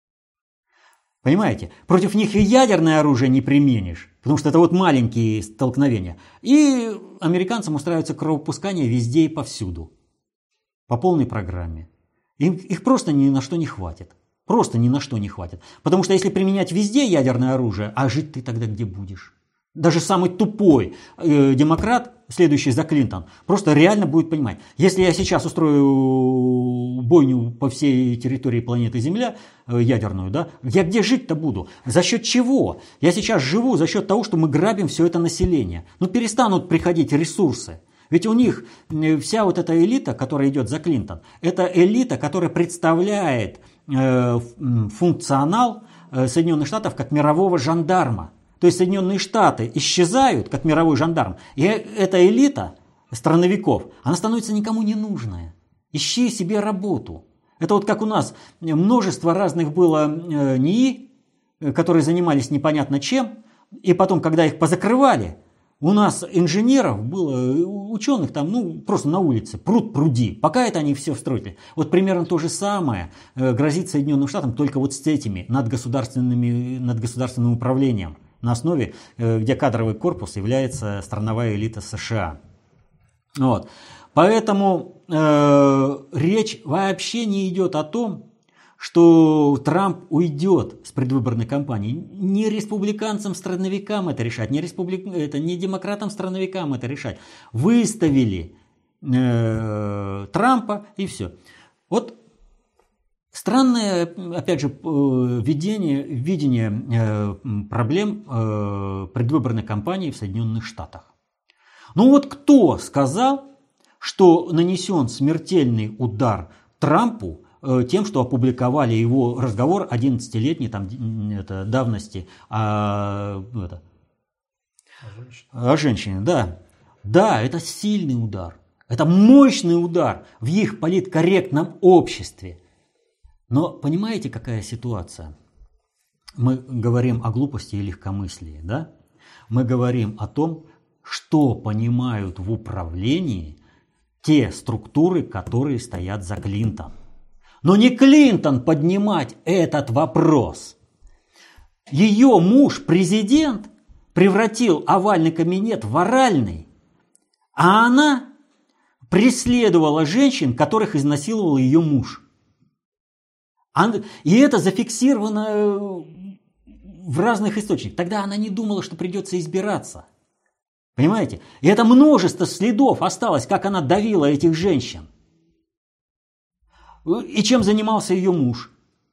Понимаете? Против них и ядерное оружие не применишь, потому что это вот маленькие столкновения. И американцам устраивается кровопускание везде и повсюду. По полной программе. Им, их просто ни на что не хватит. Просто ни на что не хватит. Потому что если применять везде ядерное оружие, а жить ты тогда где будешь? Даже самый тупой э, демократ, следующий за Клинтон, просто реально будет понимать, если я сейчас устрою бойню по всей территории планеты Земля, э, ядерную, да, я где жить-то буду? За счет чего? Я сейчас живу за счет того, что мы грабим все это население. Ну перестанут приходить ресурсы. Ведь у них вся вот эта элита, которая идет за Клинтон, это элита, которая представляет э, функционал э, Соединенных Штатов как мирового жандарма. То есть Соединенные Штаты исчезают, как мировой жандарм, и эта элита страновиков, она становится никому не нужная. Ищи себе работу. Это вот как у нас множество разных было НИИ, которые занимались непонятно чем, и потом, когда их позакрывали, у нас инженеров было, ученых там, ну, просто на улице, пруд пруди, пока это они все строили. Вот примерно то же самое грозит Соединенным Штатам, только вот с этими надгосударственными, надгосударственным управлением. На основе, где кадровый корпус является страновая элита США. Вот. Поэтому э, речь вообще не идет о том, что Трамп уйдет с предвыборной кампании. Не республиканцам-страновикам это решать, не, республик... это, не демократам-страновикам это решать. Выставили э, Трампа и все. Вот странное, опять же, видение, видение проблем предвыборной кампании в Соединенных Штатах. Ну вот кто сказал, что нанесен смертельный удар Трампу тем, что опубликовали его разговор одиннадцатилетней там, это, давности о, это, о, женщине. о женщине? Да. Да, это сильный удар. Это мощный удар в их политкорректном обществе. Но понимаете, какая ситуация? Мы говорим о глупости и легкомыслии, да? Мы говорим о том, что понимают в управлении те структуры, которые стоят за Клинтон. Но не Клинтон поднимать этот вопрос. Ее муж, президент, превратил овальный кабинет в оральный, а она преследовала женщин, которых изнасиловал ее муж. И это зафиксировано в разных источниках. Тогда она не думала, что придется избираться. Понимаете? И это множество следов осталось, как она давила этих женщин. И чем занимался ее муж?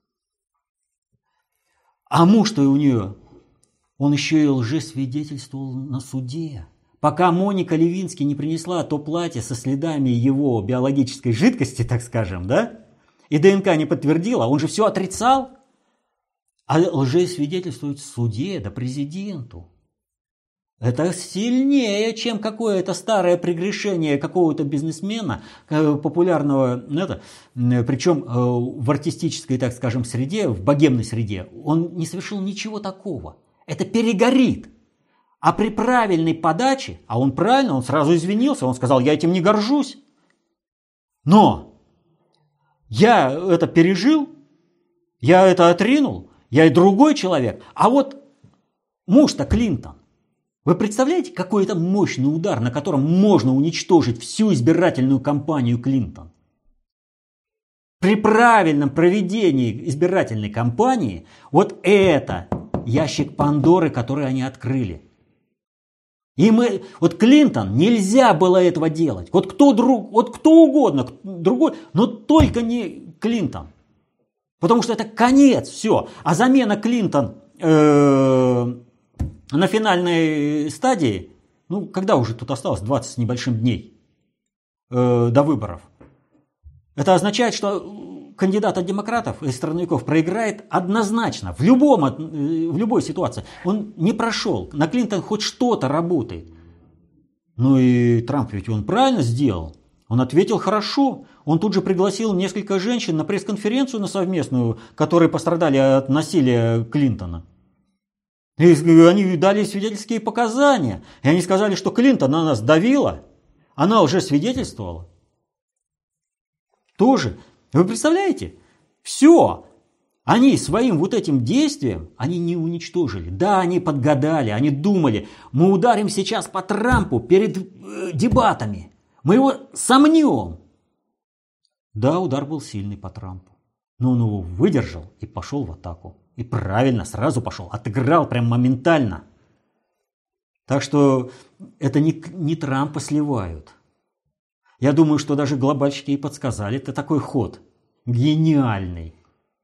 А муж-то у нее, он еще и лжесвидетельствовал на суде. Пока Моника Левински не принесла то платье со следами его биологической жидкости, так скажем, да? И ДНК не подтвердила, он же все отрицал. А лжесвидетельствует в суде, да президенту. Это сильнее, чем какое-то старое прегрешение какого-то бизнесмена, популярного, это, причем в артистической, так скажем, среде, в богемной среде. Он не совершил ничего такого. Это перегорит. А при правильной подаче, а он правильно, он сразу извинился, он сказал, я этим не горжусь. Но я это пережил, Я это отринул, я и другой человек. А вот муж-то Клинтон. Вы представляете, какой это мощный удар, на котором можно уничтожить всю избирательную кампанию Клинтон? При правильном проведении избирательной кампании вот это ящик Пандоры, который они открыли. И мы, вот Клинтон, нельзя было этого делать. Вот кто, друг, вот кто угодно, другой, но только не Клинтон. Потому что это конец, все. А замена Клинтон э, на финальной стадии, ну, когда уже тут осталось двадцать с небольшим дней э, до выборов. Это означает, что кандидат от демократов и страновиков проиграет однозначно, в, любом, в любой ситуации. Он не прошел, на Клинтон хоть что-то работает. Ну и Трамп ведь он правильно сделал. Он ответил хорошо. Он тут же пригласил несколько женщин на пресс-конференцию на совместную, которые пострадали от насилия Клинтона. И они дали свидетельские показания. И они сказали, что Клинтон на нас давила. Она уже свидетельствовала. Тоже. Вы представляете? Все. Они своим вот этим действием, они не уничтожили. Да, они подгадали, они думали, мы ударим сейчас по Трампу перед э, дебатами. Мы его сомнем. Да, удар был сильный по Трампу. Но он его выдержал и пошел в атаку. И правильно, сразу пошел. Отыграл прям моментально. Так что это не, не Трампа сливают. Я думаю, что даже глобальщики и подсказали. Это такой ход. Гениальный.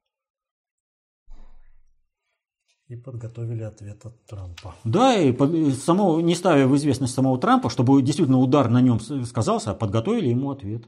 И подготовили ответ от Трампа. Да, и под, само, не ставя в известность самого Трампа, чтобы действительно удар на нем сказался, подготовили ему ответ.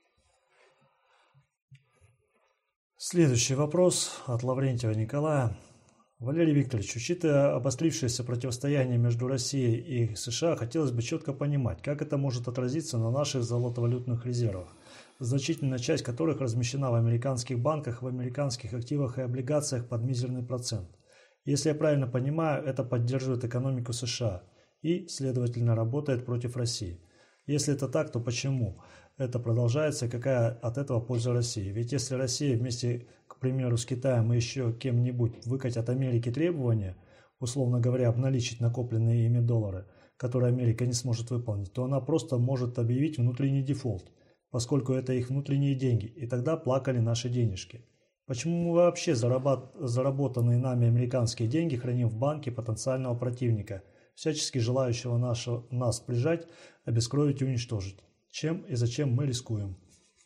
Следующий вопрос от Лаврентьева Николая. Валерий Викторович, учитывая обострившееся противостояние между Россией и США, хотелось бы четко понимать, как это может отразиться на наших золотовалютных резервах, значительная часть которых размещена в американских банках, в американских активах и облигациях под мизерный процент. Если я правильно понимаю, это поддерживает экономику США и, следовательно, работает против России. Если это так, то почему это продолжается и какая от этого польза России? Ведь если Россия вместе, к примеру, с Китаем и еще кем-нибудь выкатят Америке требования, условно говоря, обналичить накопленные ими доллары, которые Америка не сможет выполнить, то она просто может объявить внутренний дефолт, поскольку это их внутренние деньги, и тогда плакали наши денежки. Почему мы вообще зарабат... заработанные нами американские деньги храним в банке потенциального противника, всячески желающего нашего... нас прижать, обескровить и уничтожить? Чем и зачем мы рискуем?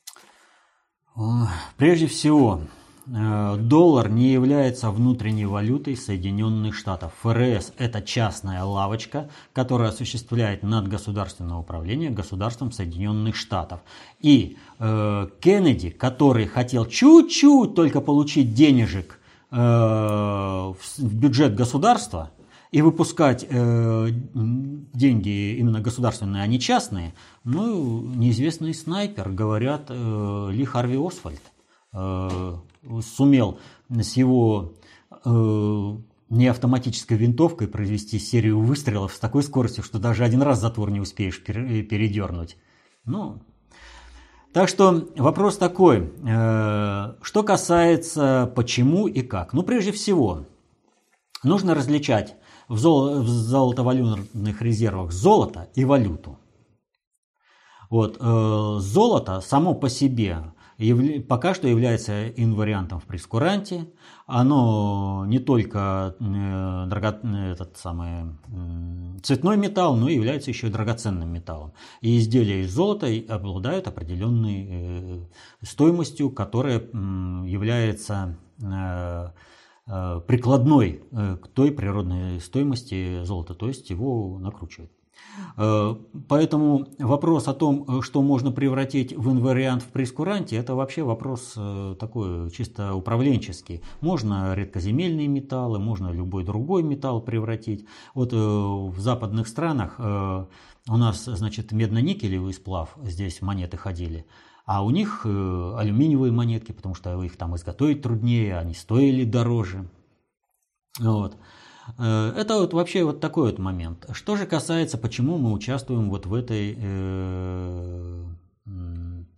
Прежде всего, доллар не является внутренней валютой Соединенных Штатов. ФРС – это частная лавочка, которая осуществляет надгосударственное управление государством Соединенных Штатов. И э, Кеннеди, который хотел чуть-чуть только получить денежек э, в, в бюджет государства и выпускать э, деньги именно государственные, а не частные, ну, неизвестный снайпер, говорят, э, Ли Харви Освальд, э, сумел с его э, неавтоматической винтовкой произвести серию выстрелов с такой скоростью, что даже один раз затвор не успеешь передернуть. Ну, так что вопрос такой, э, что касается почему и как. Ну, прежде всего, нужно различать в, зол, в золотовалютных резервах золото и валюту. Вот, э, золото само по себе явля, пока что является инвариантом в прескуранте. Оно не только э, драго, этот самый, э, цветной металл, но и является еще и драгоценным металлом. И изделия из золота обладают определенной э, стоимостью, которая э, является э, э, прикладной э, к той природной стоимости золота, то есть его накручивают. Поэтому вопрос о том, что можно превратить в инвариант в прескуранте, это вообще вопрос такой чисто управленческий. Можно редкоземельные металлы, можно любой другой металл превратить. Вот в западных странах у нас, значит, медно-никелевый сплав, здесь монеты ходили, а у них алюминиевые монетки, потому что их там изготовить труднее, они стоили дороже. Вот. Это вот вообще вот такой вот момент. Что же касается, почему мы участвуем вот в этой э,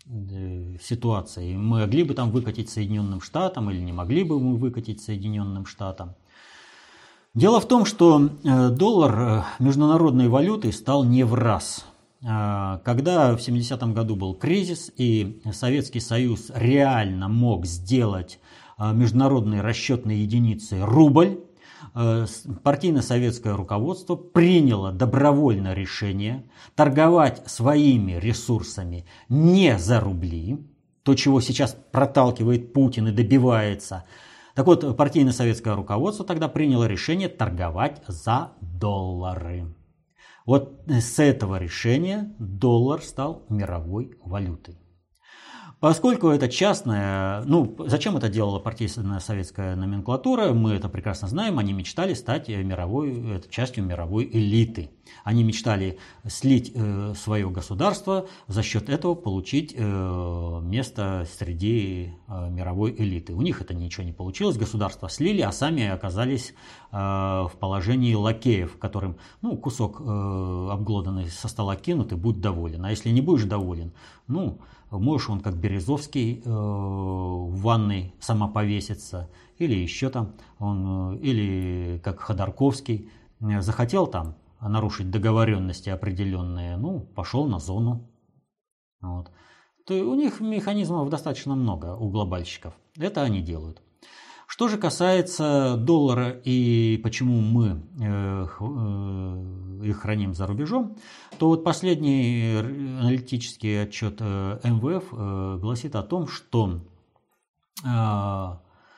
ситуации. Мы могли бы там выкатить Соединенным Штатам или не могли бы мы выкатить Соединенным Штатам. Дело в том, что доллар международной валютой стал не в раз. Когда в семидесятом году был кризис и Советский Союз реально мог сделать международной расчетной единицей рубль, партийно-советское руководство приняло добровольное решение торговать своими ресурсами не за рубли, то, чего сейчас проталкивает Путин и добивается. Так вот, партийно-советское руководство тогда приняло решение торговать за доллары. Вот с этого решения доллар стал мировой валютой. Поскольку это частная, ну, зачем это делала партийно-советская номенклатура, мы это прекрасно знаем, они мечтали стать мировой, частью мировой элиты. Они мечтали слить э, свое государство, за счет этого получить э, место среди э, мировой элиты. У них это ничего не получилось, государство слили, а сами оказались э, в положении лакеев, которым ну, кусок э, обглоданный со стола кинут и будь доволен. А если не будешь доволен, ну... можешь он как Березовский э, в ванной сама повеситься, или еще там, он, или как Ходорковский э, захотел там нарушить договоренности определенные, ну, пошел на зону. Вот. То у них механизмов достаточно много у глобальщиков. Это они делают. Что же касается доллара и почему мы э, э, их храним за рубежом, то вот последний аналитический отчет э, эм вэ эф э, гласит о том, что э,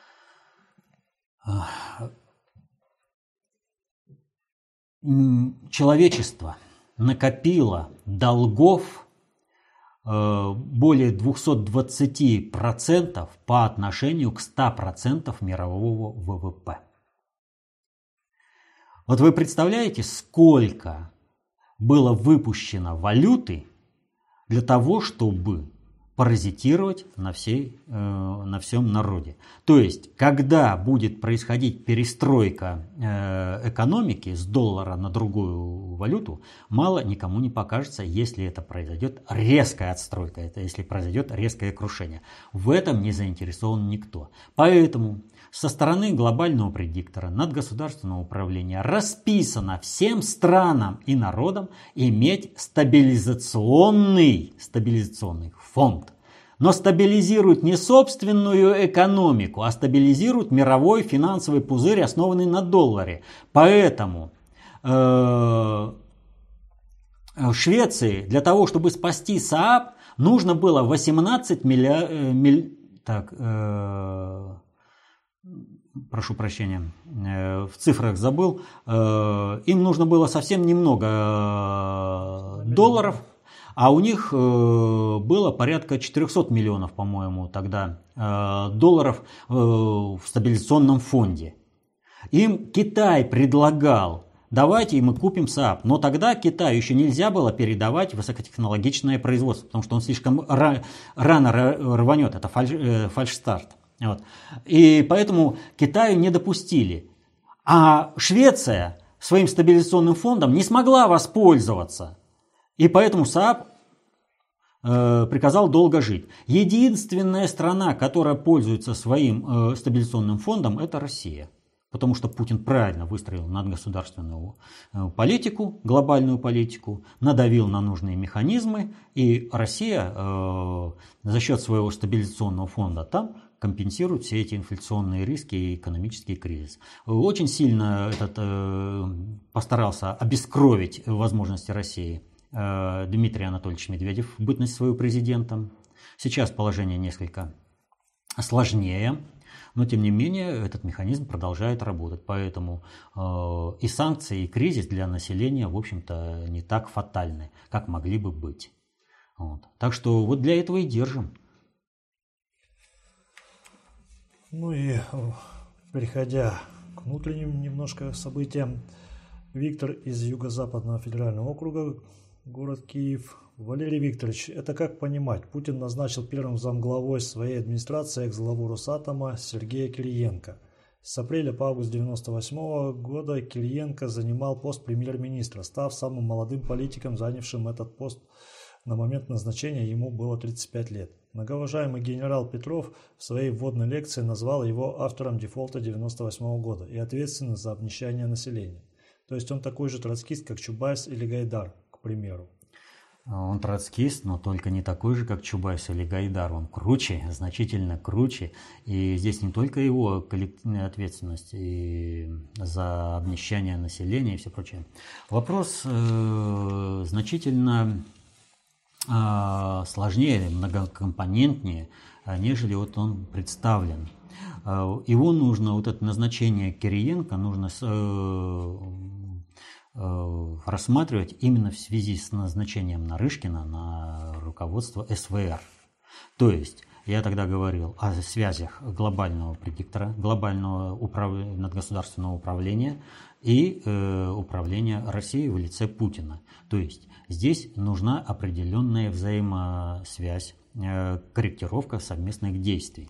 э, человечество накопило долгов более двести двадцать процентов по отношению к ста процентам мирового вэ вэ пэ. Вот вы представляете, сколько было выпущено валюты для того, чтобы паразитировать на, всей, э, на всем народе. То есть, когда будет происходить перестройка э, экономики с доллара на другую валюту, мало никому не покажется, если это произойдет резкая отстройка, это если произойдет резкое крушение. В этом не заинтересован никто. Поэтому со стороны глобального предиктора надгосударственного управления расписано всем странам и народам иметь стабилизационный, стабилизационный фонд. Но стабилизирует не собственную экономику, а стабилизирует мировой финансовый пузырь, основанный на долларе. Поэтому э, в Швеции для того, чтобы спасти СААП, нужно было восемнадцать миллиардов... Милли... Так, э, прошу прощения, э, в цифрах забыл. Э, им нужно было совсем немного долларов. А у них было порядка четырехсот миллионов, по-моему, тогда долларов в стабилизационном фонде. Им Китай предлагал, давайте мы купим СААП. Но тогда Китаю еще нельзя было передавать высокотехнологичное производство, потому что он слишком рано рванет, это фальшстарт. Вот. И поэтому Китаю не допустили. А Швеция своим стабилизационным фондом не смогла воспользоваться. И поэтому СААП э, приказал долго жить. Единственная страна, которая пользуется своим э, стабилизационным фондом, это Россия. Потому что Путин правильно выстроил надгосударственную э, политику, глобальную политику, надавил на нужные механизмы, и Россия э, за счет своего стабилизационного фонда там компенсирует все эти инфляционные риски и экономический кризис. Очень сильно этот, э, постарался обескровить возможности России Дмитрий Анатольевич Медведев в бытность свою президентом. Сейчас положение несколько сложнее, но тем не менее этот механизм продолжает работать. Поэтому э, и санкции, и кризис для населения, в общем-то, не так фатальны, как могли бы быть. Вот. Так что вот для этого и держим. Ну и переходя к внутренним немножко событиям, Виктор из Юго-Западного федерального округа, город Киев. Валерий Викторович, это как понимать? Путин назначил первым замглавой своей администрации экс-главу Росатома Сергея Кириенко. С апреля по август девяносто восьмого года Кириенко занимал пост премьер-министра, став самым молодым политиком, занявшим этот пост На момент назначения ему было тридцать пять лет. Многоуважаемый генерал Петров в своей вводной лекции назвал его автором дефолта девяносто восьмого года и ответственным за обнищание населения. То есть он такой же троцкист, как Чубайс или Гайдар, к примеру. Он троцкист, но только не такой же, как Чубайс или Гайдар. Он круче, значительно круче. И здесь не только его коллективная ответственность и за обнищание населения и все прочее. Вопрос э, значительно э, сложнее, многокомпонентнее, нежели вот он представлен. Его нужно, вот это назначение Кириенко нужно э, рассматривать именно в связи с назначением Нарышкина на руководство эс вэ эр. То есть, я тогда говорил о связях глобального предиктора, глобального управ... надгосударственного управления и э, управления Россией в лице Путина. То есть, здесь нужна определенная взаимосвязь, э, корректировка совместных действий.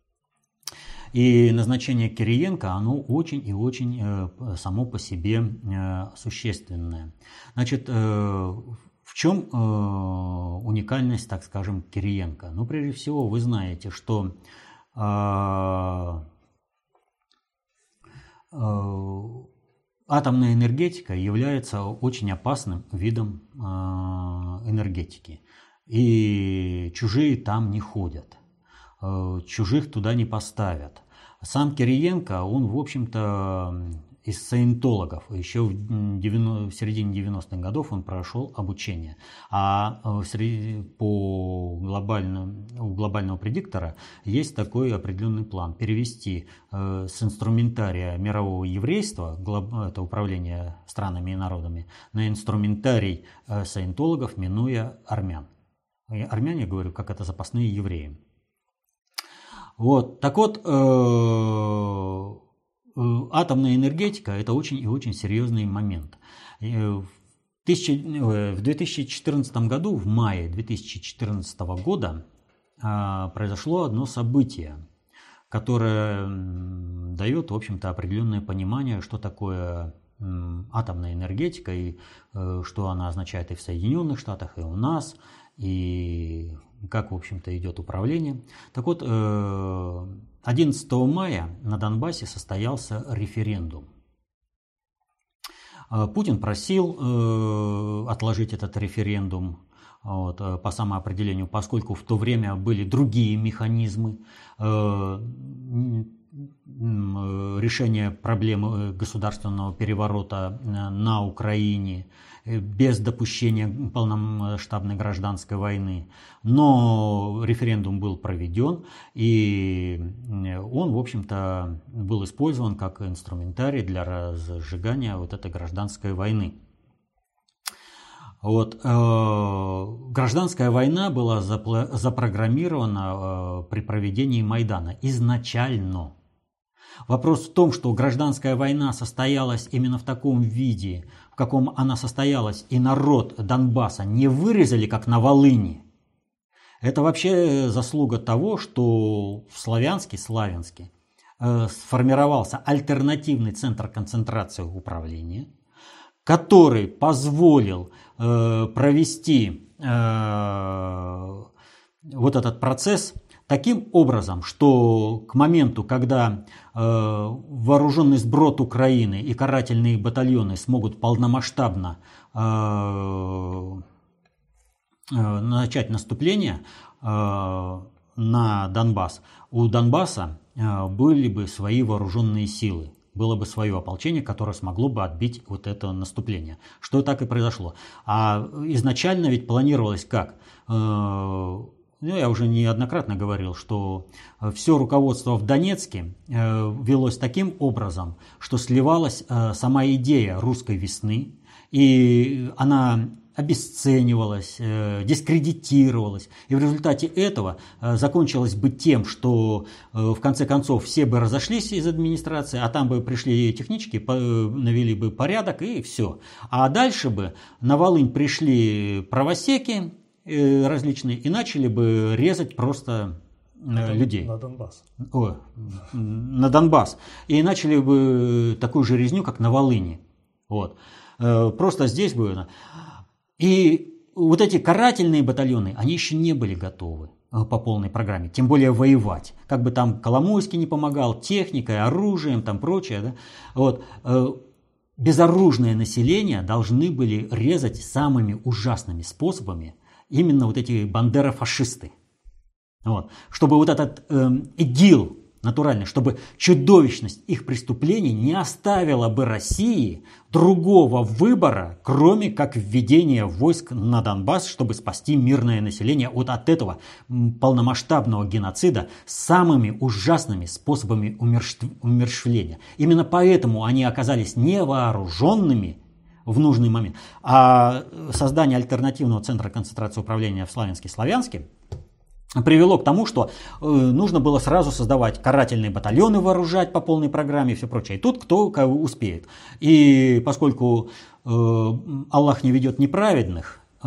И назначение Кириенко, оно очень и очень э, само по себе э, существенное. Значит, э, в чем э, уникальность, так скажем, Кириенко? Ну, прежде всего, вы знаете, что э, э, атомная энергетика является очень опасным видом э, энергетики. И чужие там не ходят. Чужих туда не поставят. Сам Кириенко, он, в общем-то, из саентологов. Еще в, девяностых, в середине девяностых годов он прошел обучение. А по глобальному, у глобального предиктора есть такой определенный план. Перевести с инструментария мирового еврейства, это управление странами и народами, на инструментарий саентологов, минуя армян. Армяне, говорю, как это запасные евреи. Вот, так вот, э, э, атомная энергетика – это очень и очень серьезный момент. В, тысяча, э, в две тысячи четырнадцатом году, в мае две тысячи четырнадцатого года, э, произошло одно событие, которое э, дает, в общем-то, определенное понимание, что такое э, атомная энергетика и э, что она означает и в Соединенных Штатах, и у нас, и как, в общем-то, идет управление. Так вот, одиннадцатого мая на Донбассе состоялся референдум. Путин просил отложить этот референдум вот, по самоопределению, поскольку в то время были другие механизмы решения проблемы государственного переворота на Украине, без допущения полномасштабной гражданской войны. Но референдум был проведен, и он, в общем-то, был использован как инструментарий для разжигания вот этой гражданской войны. Вот, э, гражданская война была запла- запрограммирована э, при проведении Майдана изначально. Вопрос в том, что гражданская война состоялась именно в таком виде, в каком она состоялась, и народ Донбасса не вырезали, как на Волыни. Это вообще заслуга того, что в Славянске, Славянске э, сформировался альтернативный центр концентрации управления, который позволил э, провести э, вот этот процесс таким образом, что к моменту, когда э, вооруженный сброд Украины и карательные батальоны смогут полномасштабно э, э, начать наступление э, на Донбасс, у Донбасса э, были бы свои вооруженные силы. Было бы свое ополчение, которое смогло бы отбить вот это наступление. Что так и произошло. А изначально ведь планировалось как? Э, Ну, я уже неоднократно говорил, что все руководство в Донецке велось таким образом, что сливалась сама идея русской весны, и она обесценивалась, дискредитировалась. И в результате этого закончилось бы тем, что в конце концов все бы разошлись из администрации, а там бы пришли технички, навели бы порядок и все. А дальше бы на Волынь пришли правосеки различные и начали бы резать просто на людей. На Донбасс. О, на Донбасс. И начали бы такую же резню, как на Волыни. Вот. Просто здесь бы... И вот эти карательные батальоны, они еще не были готовы по полной программе, тем более воевать. Как бы там Коломойский не помогал, техникой, оружием, там прочее. Да? Вот. Безоружное население должны были резать самыми ужасными способами именно вот эти бандерофашисты. Вот. Чтобы вот этот э, ИГИЛ натуральный, чтобы чудовищность их преступлений не оставила бы России другого выбора, кроме как введения войск на Донбасс, чтобы спасти мирное население от, от этого полномасштабного геноцида самыми ужасными способами умерщвления. Именно поэтому они оказались невооруженными в нужный момент. А создание альтернативного центра концентрации управления в Славянске-Славянске привело к тому, что э, нужно было сразу создавать карательные батальоны, вооружать по полной программе и все прочее. И тут кто кого успеет. И поскольку э, Аллах не ведет неправедных, э,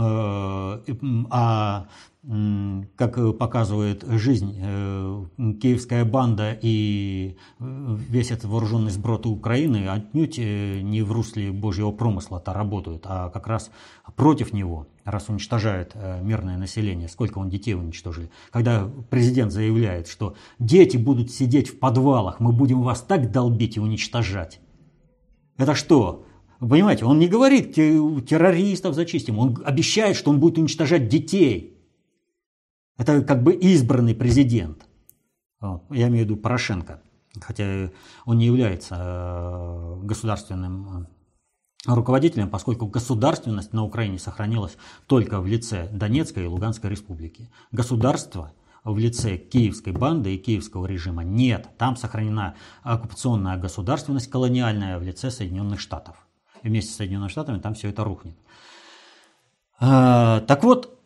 а э, как показывает жизнь, э, киевская банда и весь этот вооруженный сброд Украины отнюдь не в русле Божьего промысла-то работают, а как раз против него, раз уничтожает мирное население. Сколько он детей уничтожили. Когда президент заявляет, что дети будут сидеть в подвалах, мы будем вас так долбить и уничтожать. Это что? Вы понимаете, он не говорит террористов зачистим, он обещает, что он будет уничтожать детей. Это как бы избранный президент. Я имею в виду Порошенко. Хотя он не является государственным руководителем, поскольку государственность на Украине сохранилась только в лице Донецкой и Луганской республики. Государства в лице киевской банды и киевского режима нет. Там сохранена оккупационная государственность колониальная в лице Соединенных Штатов. И вместе с Соединенными Штатами там все это рухнет. Так вот,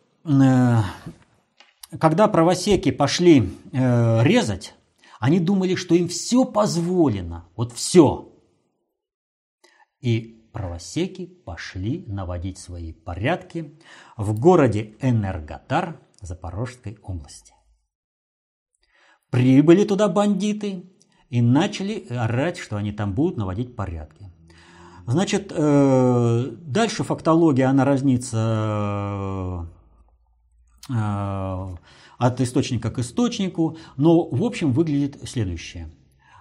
когда правосеки пошли резать, они думали, что им все позволено. Вот все. И правосеки пошли наводить свои порядки в городе Энергодар Запорожской области. Прибыли туда бандиты и начали орать, что они там будут наводить порядки. Значит, дальше фактология, она разнится от источника к источнику, но в общем выглядит следующее.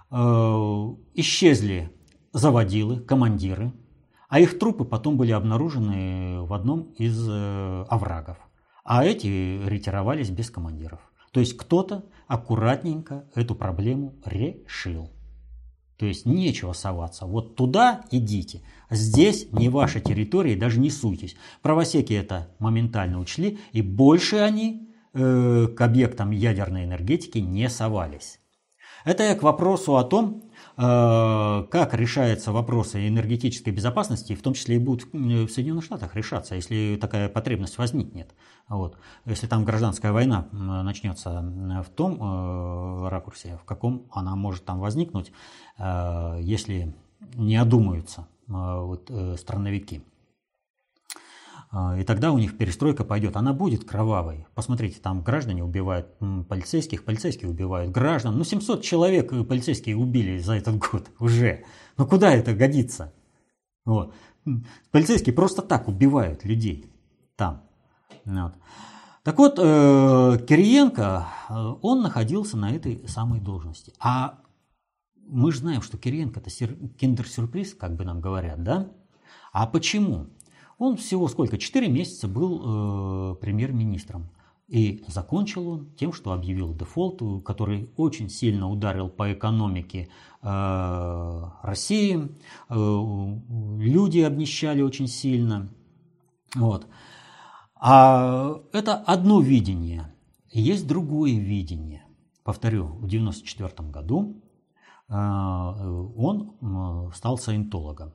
Исчезли заводилы, командиры, а их трупы потом были обнаружены в одном из оврагов. А эти ретировались без командиров. То есть кто-то аккуратненько эту проблему решил. То есть нечего соваться. Вот туда идите. Здесь не ваша территория, даже не суйтесь. Правосеки это моментально учли, и больше они э, к объектам ядерной энергетики не совались. Это я к вопросу о том, как решаются вопросы энергетической безопасности, в том числе и будут в Соединенных Штатах решаться, если такая потребность возникнет. Вот. Если там гражданская война начнется в том ракурсе, в каком она может там возникнуть, если не одумаются вот, страновики. И тогда у них перестройка пойдет. Она будет кровавой. Посмотрите, там граждане убивают полицейских, полицейские убивают граждан. Ну, семьсот человек полицейские убили за этот год уже. Ну, куда это годится? Вот. Полицейские просто так убивают людей там. Вот. Так вот, Кириенко, он находился на этой самой должности. А мы же знаем, что Кириенко – это киндер-сюрприз, как бы нам говорят, да? А почему? Он всего сколько? Четыре месяца был э, премьер-министром. И закончил он тем, что объявил дефолт, который очень сильно ударил по экономике э, России. Э, люди обнищали очень сильно. Вот. А это одно видение. Есть другое видение. Повторю, в девяносто четвёртом году э, он стал саентологом.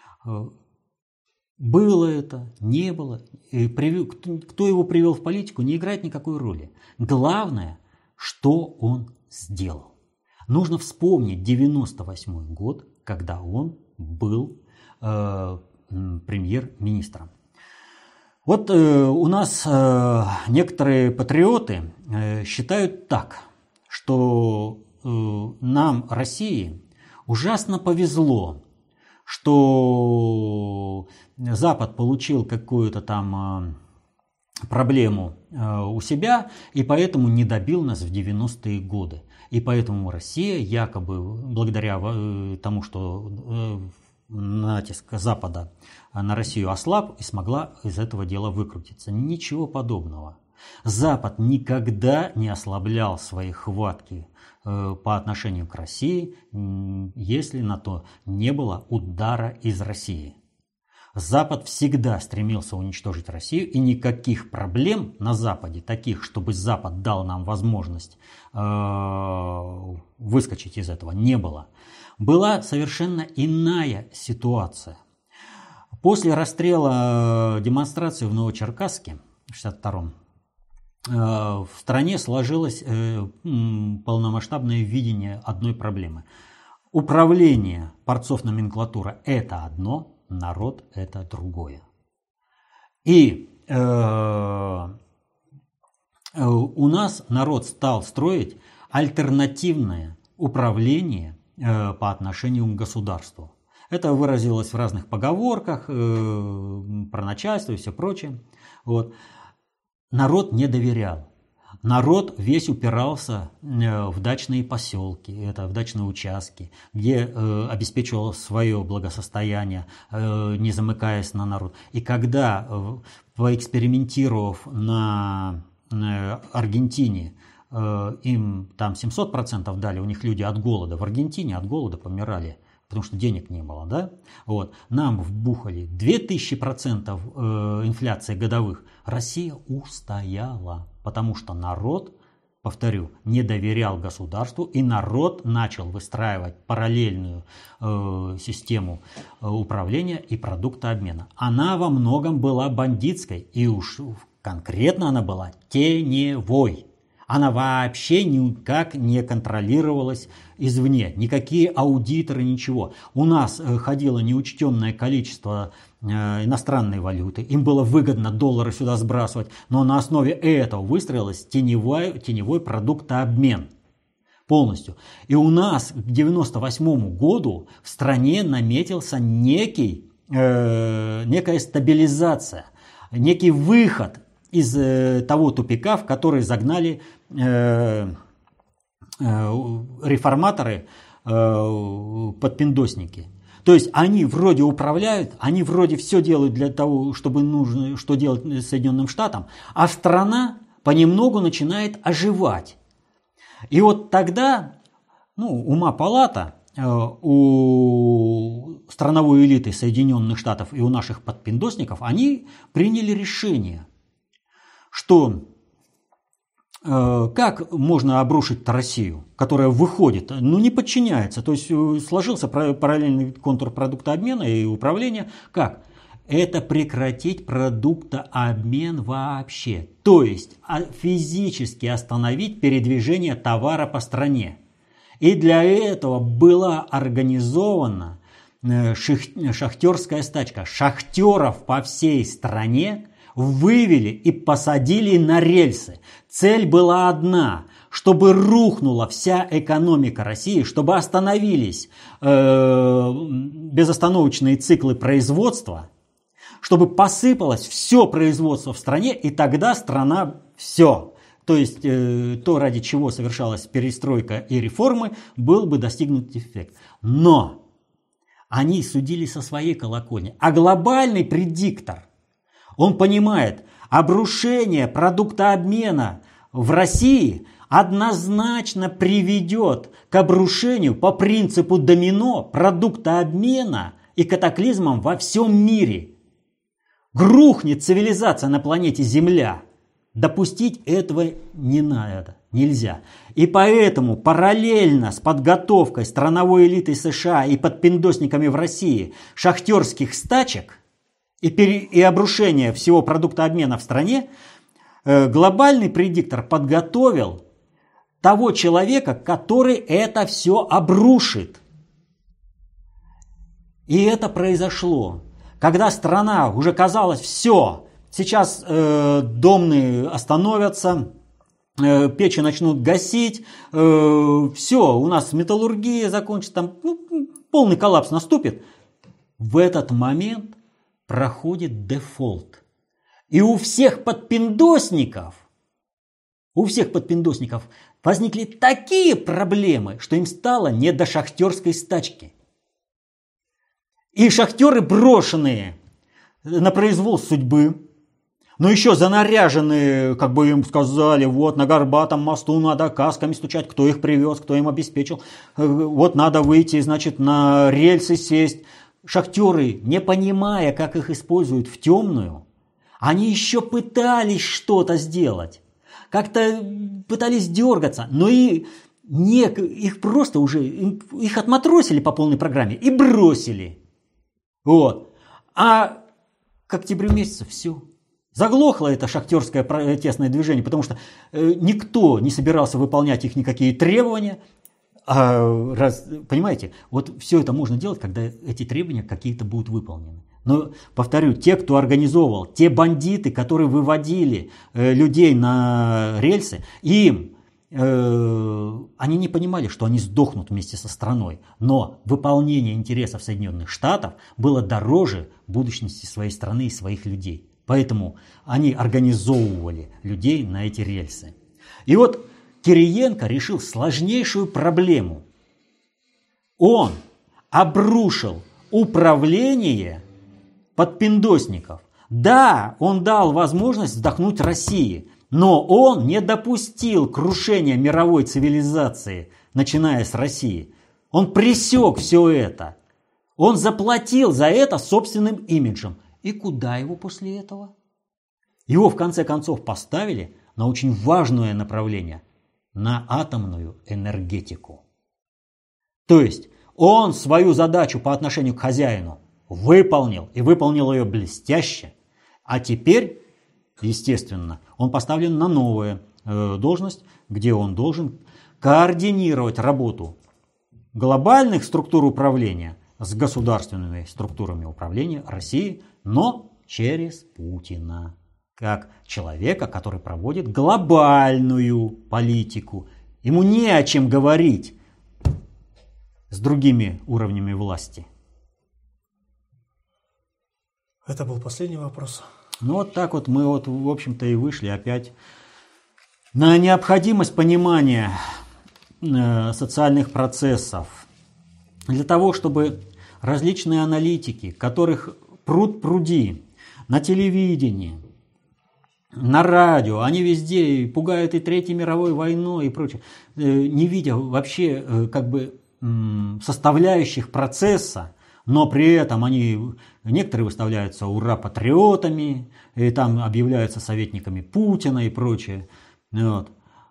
Было это, не было. Кто его привел в политику, не играет никакой роли. Главное, что он сделал. Нужно вспомнить девяносто восьмой год, когда он был э, премьер-министром. Вот э, у нас э, некоторые патриоты э, считают так, что э, нам, России, ужасно повезло, что Запад получил какую-то там проблему у себя и поэтому не добил нас в девяностые годы. И поэтому Россия якобы благодаря тому, что натиск Запада на Россию ослаб, и смогла из этого дела выкрутиться. Ничего подобного. Запад никогда не ослаблял свои хватки по отношению к России, если на то не было удара из России. Запад всегда стремился уничтожить Россию, и никаких проблем на Западе, таких, чтобы Запад дал нам возможность э, выскочить из этого, не было. Была совершенно иная ситуация. После расстрела демонстрации в Новочеркасске в шестьдесят втором э, в стране сложилось э, полномасштабное видение одной проблемы. Управление порцов-номенклатура – это одно, народ – это другое. И э, э, у нас народ стал строить альтернативное управление э, по отношению к государству. Это выразилось в разных поговорках э, про начальство и все прочее. Вот. Народ не доверял. Народ весь упирался в дачные поселки, это в дачные участки, где э, обеспечивал свое благосостояние, э, не замыкаясь на народ. И когда, э, поэкспериментировав на э, Аргентине, э, им там семьсот процентов дали, у них люди от голода, в Аргентине от голода помирали, потому что денег не было, да? Вот. Нам вбухали две тысячи процентов э, инфляции годовых. Россия устояла, потому что народ, повторю, не доверял государству, и народ начал выстраивать параллельную э, систему э, управления и продуктообмена. Она во многом была бандитской, и уж конкретно она была теневой. Она вообще никак не контролировалась извне, никакие аудиторы, ничего. У нас ходило неучтенное количество иностранной валюты, им было выгодно доллары сюда сбрасывать, но на основе этого выстроилась теневой, теневой продуктообмен полностью. И у нас к девяносто восьмому году в стране наметился некий, э, некая стабилизация, некий выход из э, того тупика, в который загнали э, э, реформаторы, э, подпиндосники. То есть они вроде управляют, они вроде все делают для того, чтобы нужно, что делать Соединенным Штатам, а страна понемногу начинает оживать. И вот тогда, ну, ума палата э, у страновой элиты Соединенных Штатов и у наших подпиндосников, они приняли решение, что э, как можно обрушить Россию, которая выходит, ну не подчиняется, то есть сложился параллельный контур продуктообмена и управления, как? Это прекратить продуктообмен вообще, то есть физически остановить передвижение товара по стране. И для этого была организована шахтерская стачка. Шахтеров по всей стране вывели и посадили на рельсы. Цель была одна, чтобы рухнула вся экономика России, чтобы остановились э, безостановочные циклы производства, чтобы посыпалось все производство в стране, и тогда страна все. То есть э, то, ради чего совершалась перестройка и реформы, был бы достигнут эффект. Но они судили со своей колокольни. А глобальный предиктор, он понимает, обрушение продуктообмена в России однозначно приведет к обрушению по принципу домино продуктообмена и катаклизмам во всем мире. Грохнет цивилизация на планете Земля. Допустить этого не надо, нельзя. И поэтому параллельно с подготовкой страновой элиты США и подпиндосниками в России шахтерских стачек и, пере, и обрушения всего продуктообмена в стране, э, глобальный предиктор подготовил того человека, который это все обрушит. И это произошло. Когда страна уже казалось, все, сейчас э, домные остановятся, э, печи начнут гасить, э, все, у нас металлургия закончится, там, ну, полный коллапс наступит. В этот момент проходит дефолт. И у всех подпиндосников, у всех подпиндосников возникли такие проблемы, что им стало не до шахтерской стачки. И шахтеры, брошенные на произвол судьбы, но еще занаряженные, как бы им сказали, вот на Горбатом мосту надо касками стучать, кто их привез, кто им обеспечил, вот надо выйти, значит, на рельсы сесть. Шахтеры, не понимая, как их используют в темную, они еще пытались что-то сделать, как-то пытались дергаться, но и не, их просто уже, их отматросили по полной программе и бросили. Вот. А к октябрю месяцу все. Заглохло это шахтерское протестное движение, потому что никто не собирался выполнять их никакие требования. А раз, понимаете, вот все это можно делать, когда эти требования какие-то будут выполнены. Но, повторю, те, кто организовывал, те бандиты, которые выводили э, людей на рельсы, им, э, они не понимали, что они сдохнут вместе со страной. Но выполнение интересов Соединенных Штатов было дороже будущности своей страны и своих людей. Поэтому они организовывали людей на эти рельсы. И вот Кириенко решил сложнейшую проблему. Он обрушил управление подпиндосников. Да, он дал возможность вдохнуть России, но он не допустил крушения мировой цивилизации, начиная с России. Он пресек все это. Он заплатил за это собственным имиджем. И куда его после этого? Его в конце концов поставили на очень важное направление – на атомную энергетику. То есть он свою задачу по отношению к хозяину выполнил и выполнил ее блестяще. А теперь, естественно, он поставлен на новую э, должность, где он должен координировать работу глобальных структур управления с государственными структурами управления России, но через Путина. Как человека, который проводит глобальную политику. Ему не о чем говорить с другими уровнями власти. Это был последний вопрос. Ну вот так вот мы вот, в общем-то, и вышли опять на необходимость понимания э, социальных процессов. Для того, чтобы различные аналитики, которых пруд пруди на телевидении, на радио, они везде пугают и Третьей мировой войной и прочее, не видя вообще как бы составляющих процесса, но при этом они, некоторые выставляются ура-патриотами, и там объявляются советниками Путина и прочее. Вот.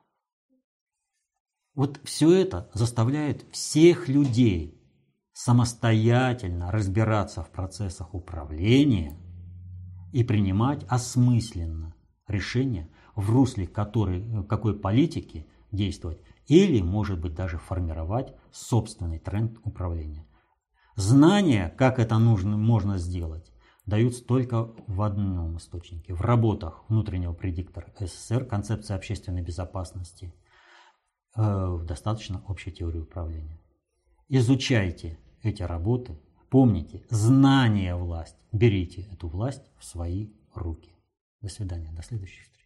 Вот все это заставляет всех людей самостоятельно разбираться в процессах управления и принимать осмысленно решения, в русле которой, какой политики действовать, или, может быть, даже формировать собственный тренд управления. Знания, как это нужно, можно сделать, даются только в одном источнике, в работах внутреннего предиктора СССР, концепция общественной безопасности, в достаточно общей теории управления. Изучайте эти работы, помните, знание – власть, берите эту власть в свои руки. До свидания, до следующей встречи.